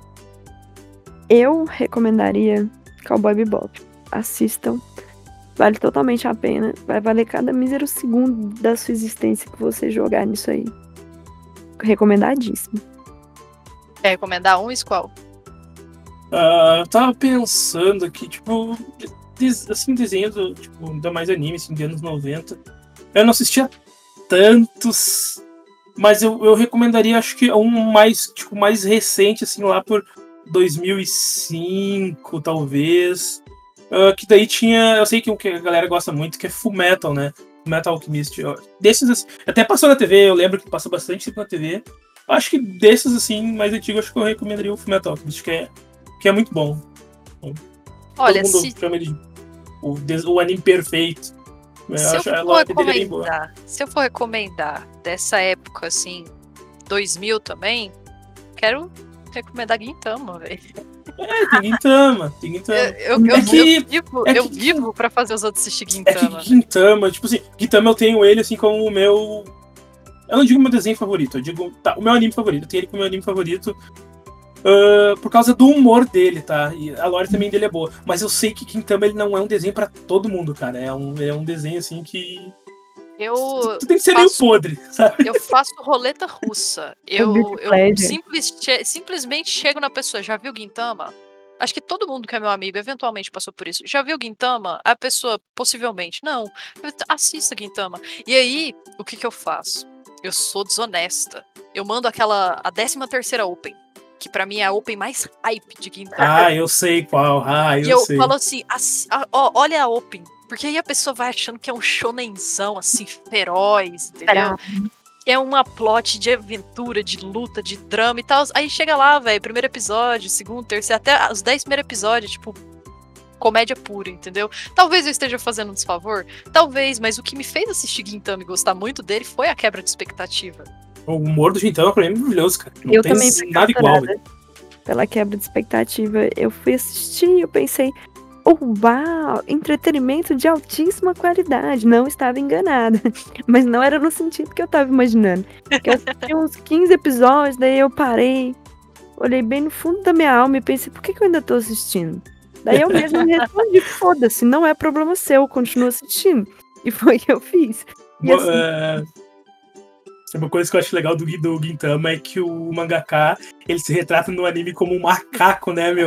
eu recomendaria Cowboy Bebop. Assistam. Vale totalmente a pena. Vai valer cada mísero segundo da sua existência que você jogar nisso aí. Recomendadíssimo. Quer recomendar um, Squall? Ah, eu tava pensando aqui, tipo, des- assim, desenho do, tipo, ainda mais anime, assim, de anos noventa. Eu não assistia tantos, mas eu, eu recomendaria, acho que um mais, tipo, mais recente, assim, lá por dois mil e cinco, talvez. Ah, que daí tinha, eu sei que o que a galera gosta muito, que é Fullmetal, né? Metal Alchemist. Ó. Desses, assim, até passou na T V, eu lembro que passou bastante tempo na T V. Acho que desses, assim, mais antigos, acho que eu recomendaria o Fullmetal Alchemist, que é, que é muito bom. Olha, Todo mundo se, chama ele de o, des- o anime perfeito. Eu se eu acho for ela dele é bem boa. recomendar, se eu for recomendar dessa época, assim, dois mil também, quero recomendar Gintama, velho. É, tem Gintama, tem Gintama. Eu, eu, É eu, que- eu vivo, é eu que- vivo pra fazer os outros assistir É que Gintama. Gintama, tipo assim, Gintama eu tenho ele assim como o meu. Eu não digo meu desenho favorito, eu digo. Tá, o meu anime favorito. Eu tenho ele como meu anime favorito. ah, por causa do humor dele, tá? E a lore também dele é boa. Mas eu sei que Gintama ele não é um desenho pra todo mundo, cara. É um, é um desenho assim que. Eu, Tu tem que ser meio faço- podre, sabe? eu faço roleta russa. Eu, guilty eu pleasure. simples, che- simplesmente chego na pessoa, já viu Gintama? Acho que todo mundo que é meu amigo eventualmente passou por isso. Já viu Gintama? A pessoa, possivelmente, não. Assista Gintama. E aí, o que que eu faço? Eu sou desonesta. Eu mando aquela, a décima terceira Open, que pra mim é a Open mais hype de Gintama. Ah, eu sei qual. Ah, eu, E eu sei. falo assim, ass- a- ó, olha a Open. Porque aí a pessoa vai achando que é um shonenzão, assim, feroz, entendeu? É uma plot de aventura, de luta, de drama e tal. Aí chega lá, velho, primeiro episódio, segundo, terceiro, até os dez primeiros episódios, tipo, comédia pura, entendeu? Talvez eu esteja fazendo um desfavor, talvez, mas o que me fez assistir Gintama e gostar muito dele foi a quebra de expectativa. O humor do Gintama pra mim é maravilhoso, cara. Não Eu tem também fui nada igual, velho. capturada pela quebra de expectativa. Eu fui assistir e eu pensei, oh, uau, entretenimento de altíssima qualidade. Não estava enganada. Mas não era no sentido que eu estava imaginando. Porque eu assisti uns quinze episódios, daí eu parei, olhei bem no fundo da minha alma e pensei, por que, que eu ainda tô assistindo? Daí eu mesmo me respondi, foda-se, não é problema seu, eu continuo assistindo. E foi o que eu fiz. E Uma, assim, é, uma coisa que eu acho legal do, do Gintama é que o mangaka, ele se retrata no anime como um macaco, né, meu?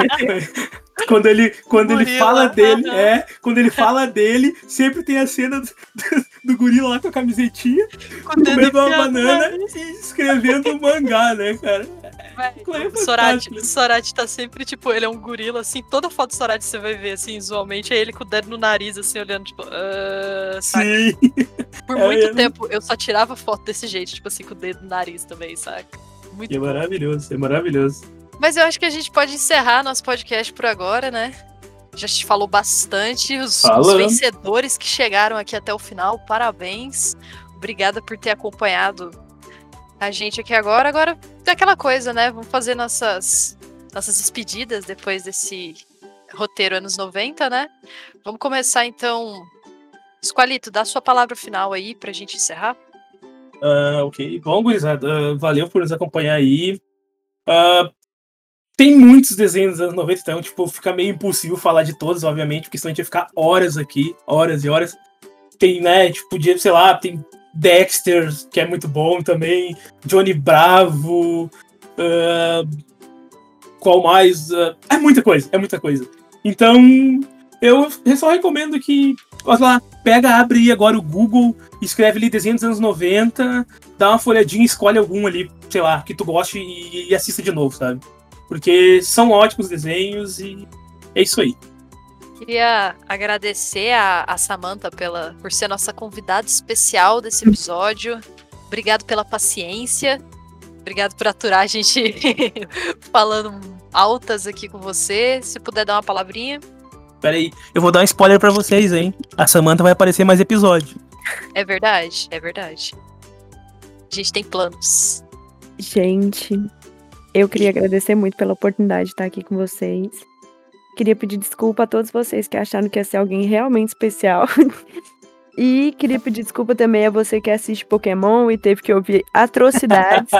quando ele, quando ele Gorila, fala dele, aham. é, quando ele fala dele, sempre tem a cena do, do gorila lá com a camisetinha, Com o dedo comendo uma enfiado, banana né? e escrevendo um mangá, né, cara? Véi, É o Sorati, fantástico. o Sorati tá sempre, tipo, ele é um gorila, assim, toda foto do Sorati você vai ver, assim, visualmente, é ele com o dedo no nariz, assim, olhando, tipo, ah, saca? Sim. Por é muito mesmo. tempo eu só tirava foto desse jeito, tipo assim, com o dedo no nariz também, saca? Muito É bom. maravilhoso, é maravilhoso. Mas eu acho que a gente pode encerrar nosso podcast por agora, né? Já te falou bastante, os, os Falando. vencedores que chegaram aqui até o final, parabéns. Obrigada por ter acompanhado a gente aqui agora. Agora, é aquela coisa, né? Vamos fazer nossas, nossas despedidas depois desse roteiro anos noventa, né? Vamos começar então. Esqualito, dá sua palavra final aí pra gente encerrar. Ah, ok. Bom, gurizada, ah, valeu por nos acompanhar aí. Ah, tem muitos desenhos dos anos noventa, então, tipo, fica meio impossível falar de todos, obviamente, porque senão a gente ia ficar horas aqui, horas e horas. Tem, né, tipo, podia, sei lá, tem Dexter, que é muito bom também, Johnny Bravo, ah, qual mais? Ah, é muita coisa, é muita coisa. Então, eu só recomendo que, olha lá, pega, abre agora o Google, escreve ali desenho dos anos noventa, dá uma folhadinha, escolhe algum ali, sei lá, que tu goste e, e assista de novo, sabe? Porque são ótimos desenhos e é isso aí. Queria agradecer a, a Samantha pela, por ser nossa convidada especial desse episódio. Obrigado pela paciência. Obrigado por aturar a gente falando altas aqui com você. Se puder dar uma palavrinha. Pera aí, eu vou dar um spoiler pra vocês, hein? A Samantha vai aparecer em mais episódio. É verdade, é verdade. A gente tem planos. gente, eu queria agradecer muito pela oportunidade de estar aqui com vocês. Queria pedir desculpa a todos vocês que acharam que ia ser alguém realmente especial. E queria pedir desculpa também a você que assiste Pokémon e teve que ouvir atrocidades.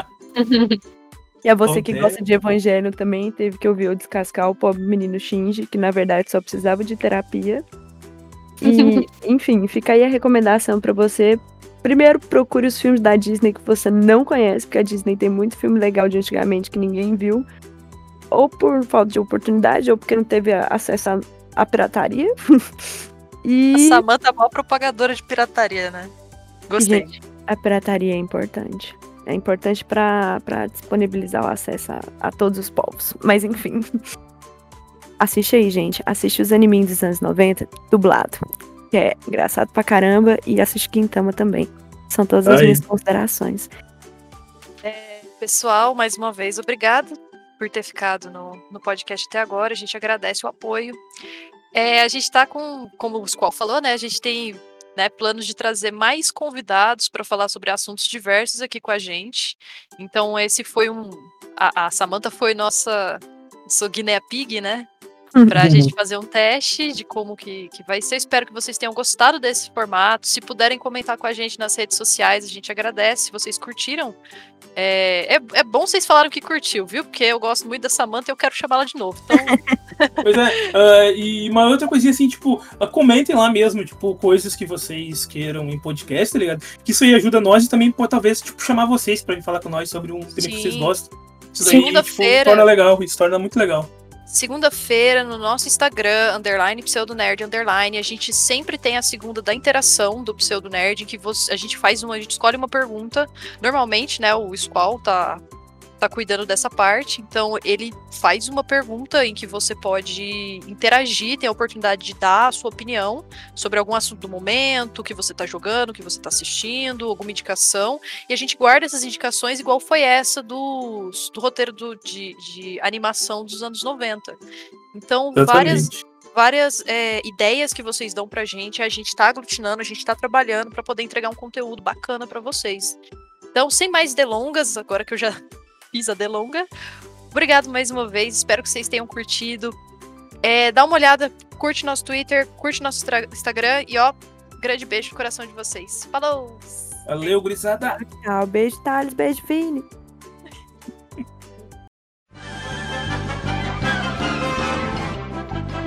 E a você que Ok. gosta de Evangelho também teve que ouvir eu descascar o pobre menino Shinji, que na verdade só precisava de terapia. E, enfim, fica aí a recomendação pra você. Primeiro, procure os filmes da Disney que você não conhece, porque a Disney tem muito filme legal de antigamente que ninguém viu. Ou por falta de oportunidade, ou porque não teve a- acesso à- à pirataria. E, A Samantha é a maior propagadora de pirataria, né? Gostei. gente, a pirataria é importante. É importante pra pra disponibilizar o acesso a, a todos os povos. Mas enfim. Assiste aí, gente. Assiste os animes dos anos noventa, dublado. Que é engraçado pra caramba. E assiste Gintama também. São todas as Aí. minhas considerações. É, pessoal, mais uma vez, obrigado por ter ficado no, no podcast até agora. A gente agradece o apoio. É, a gente está com, como o Squall falou, né? A gente tem, né, planos de trazer mais convidados para falar sobre assuntos diversos aqui com a gente. Então, esse foi um, a, a Samantha foi nossa, nossa guinea pig, né? Pra gente fazer um teste de como que, que vai ser. Espero que vocês tenham gostado desse formato. Se puderem comentar com a gente nas redes sociais, a gente agradece. Se vocês curtiram, é, é, é bom vocês falaram que curtiu, viu? Porque eu gosto muito da Samantha e eu quero chamá-la de novo. Então... Pois é, uh, e uma outra coisinha assim, tipo, uh, comentem lá mesmo, tipo, coisas que vocês queiram em podcast, tá ligado? Que isso aí ajuda nós e também pode, talvez, tipo, chamar vocês pra vir falar com nós sobre um tema que vocês gostam. Isso daí, tipo, torna legal, isso torna muito legal. Segunda-feira, no nosso Instagram, underline, pseudonerd, underline, a gente sempre tem a segunda da interação do pseudonerd, em que você, a gente faz uma, a gente escolhe uma pergunta. Normalmente, né, o Squall tá, tá cuidando dessa parte, então ele faz uma pergunta em que você pode interagir, tem a oportunidade de dar a sua opinião sobre algum assunto do momento, que você tá jogando, que você tá assistindo, alguma indicação, e a gente guarda essas indicações igual foi essa do, do roteiro do, de, de animação dos anos noventa. Então, Exatamente. várias... várias é, ideias que vocês dão pra gente, a gente tá aglutinando, a gente tá trabalhando pra poder entregar um conteúdo bacana pra vocês. Então, sem mais delongas, agora que eu já fiz a delonga, obrigado mais uma vez, espero que vocês tenham curtido. É, dá uma olhada, curte nosso Twitter, curte nosso Instagram e ó, grande beijo no coração de vocês. Falou! Valeu, gurizada! Tchau, beijo, Thales, beijo, Vini.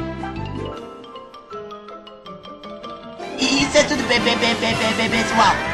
Isso é tudo bem, bem, bem, bem, bem, bem, pessoal.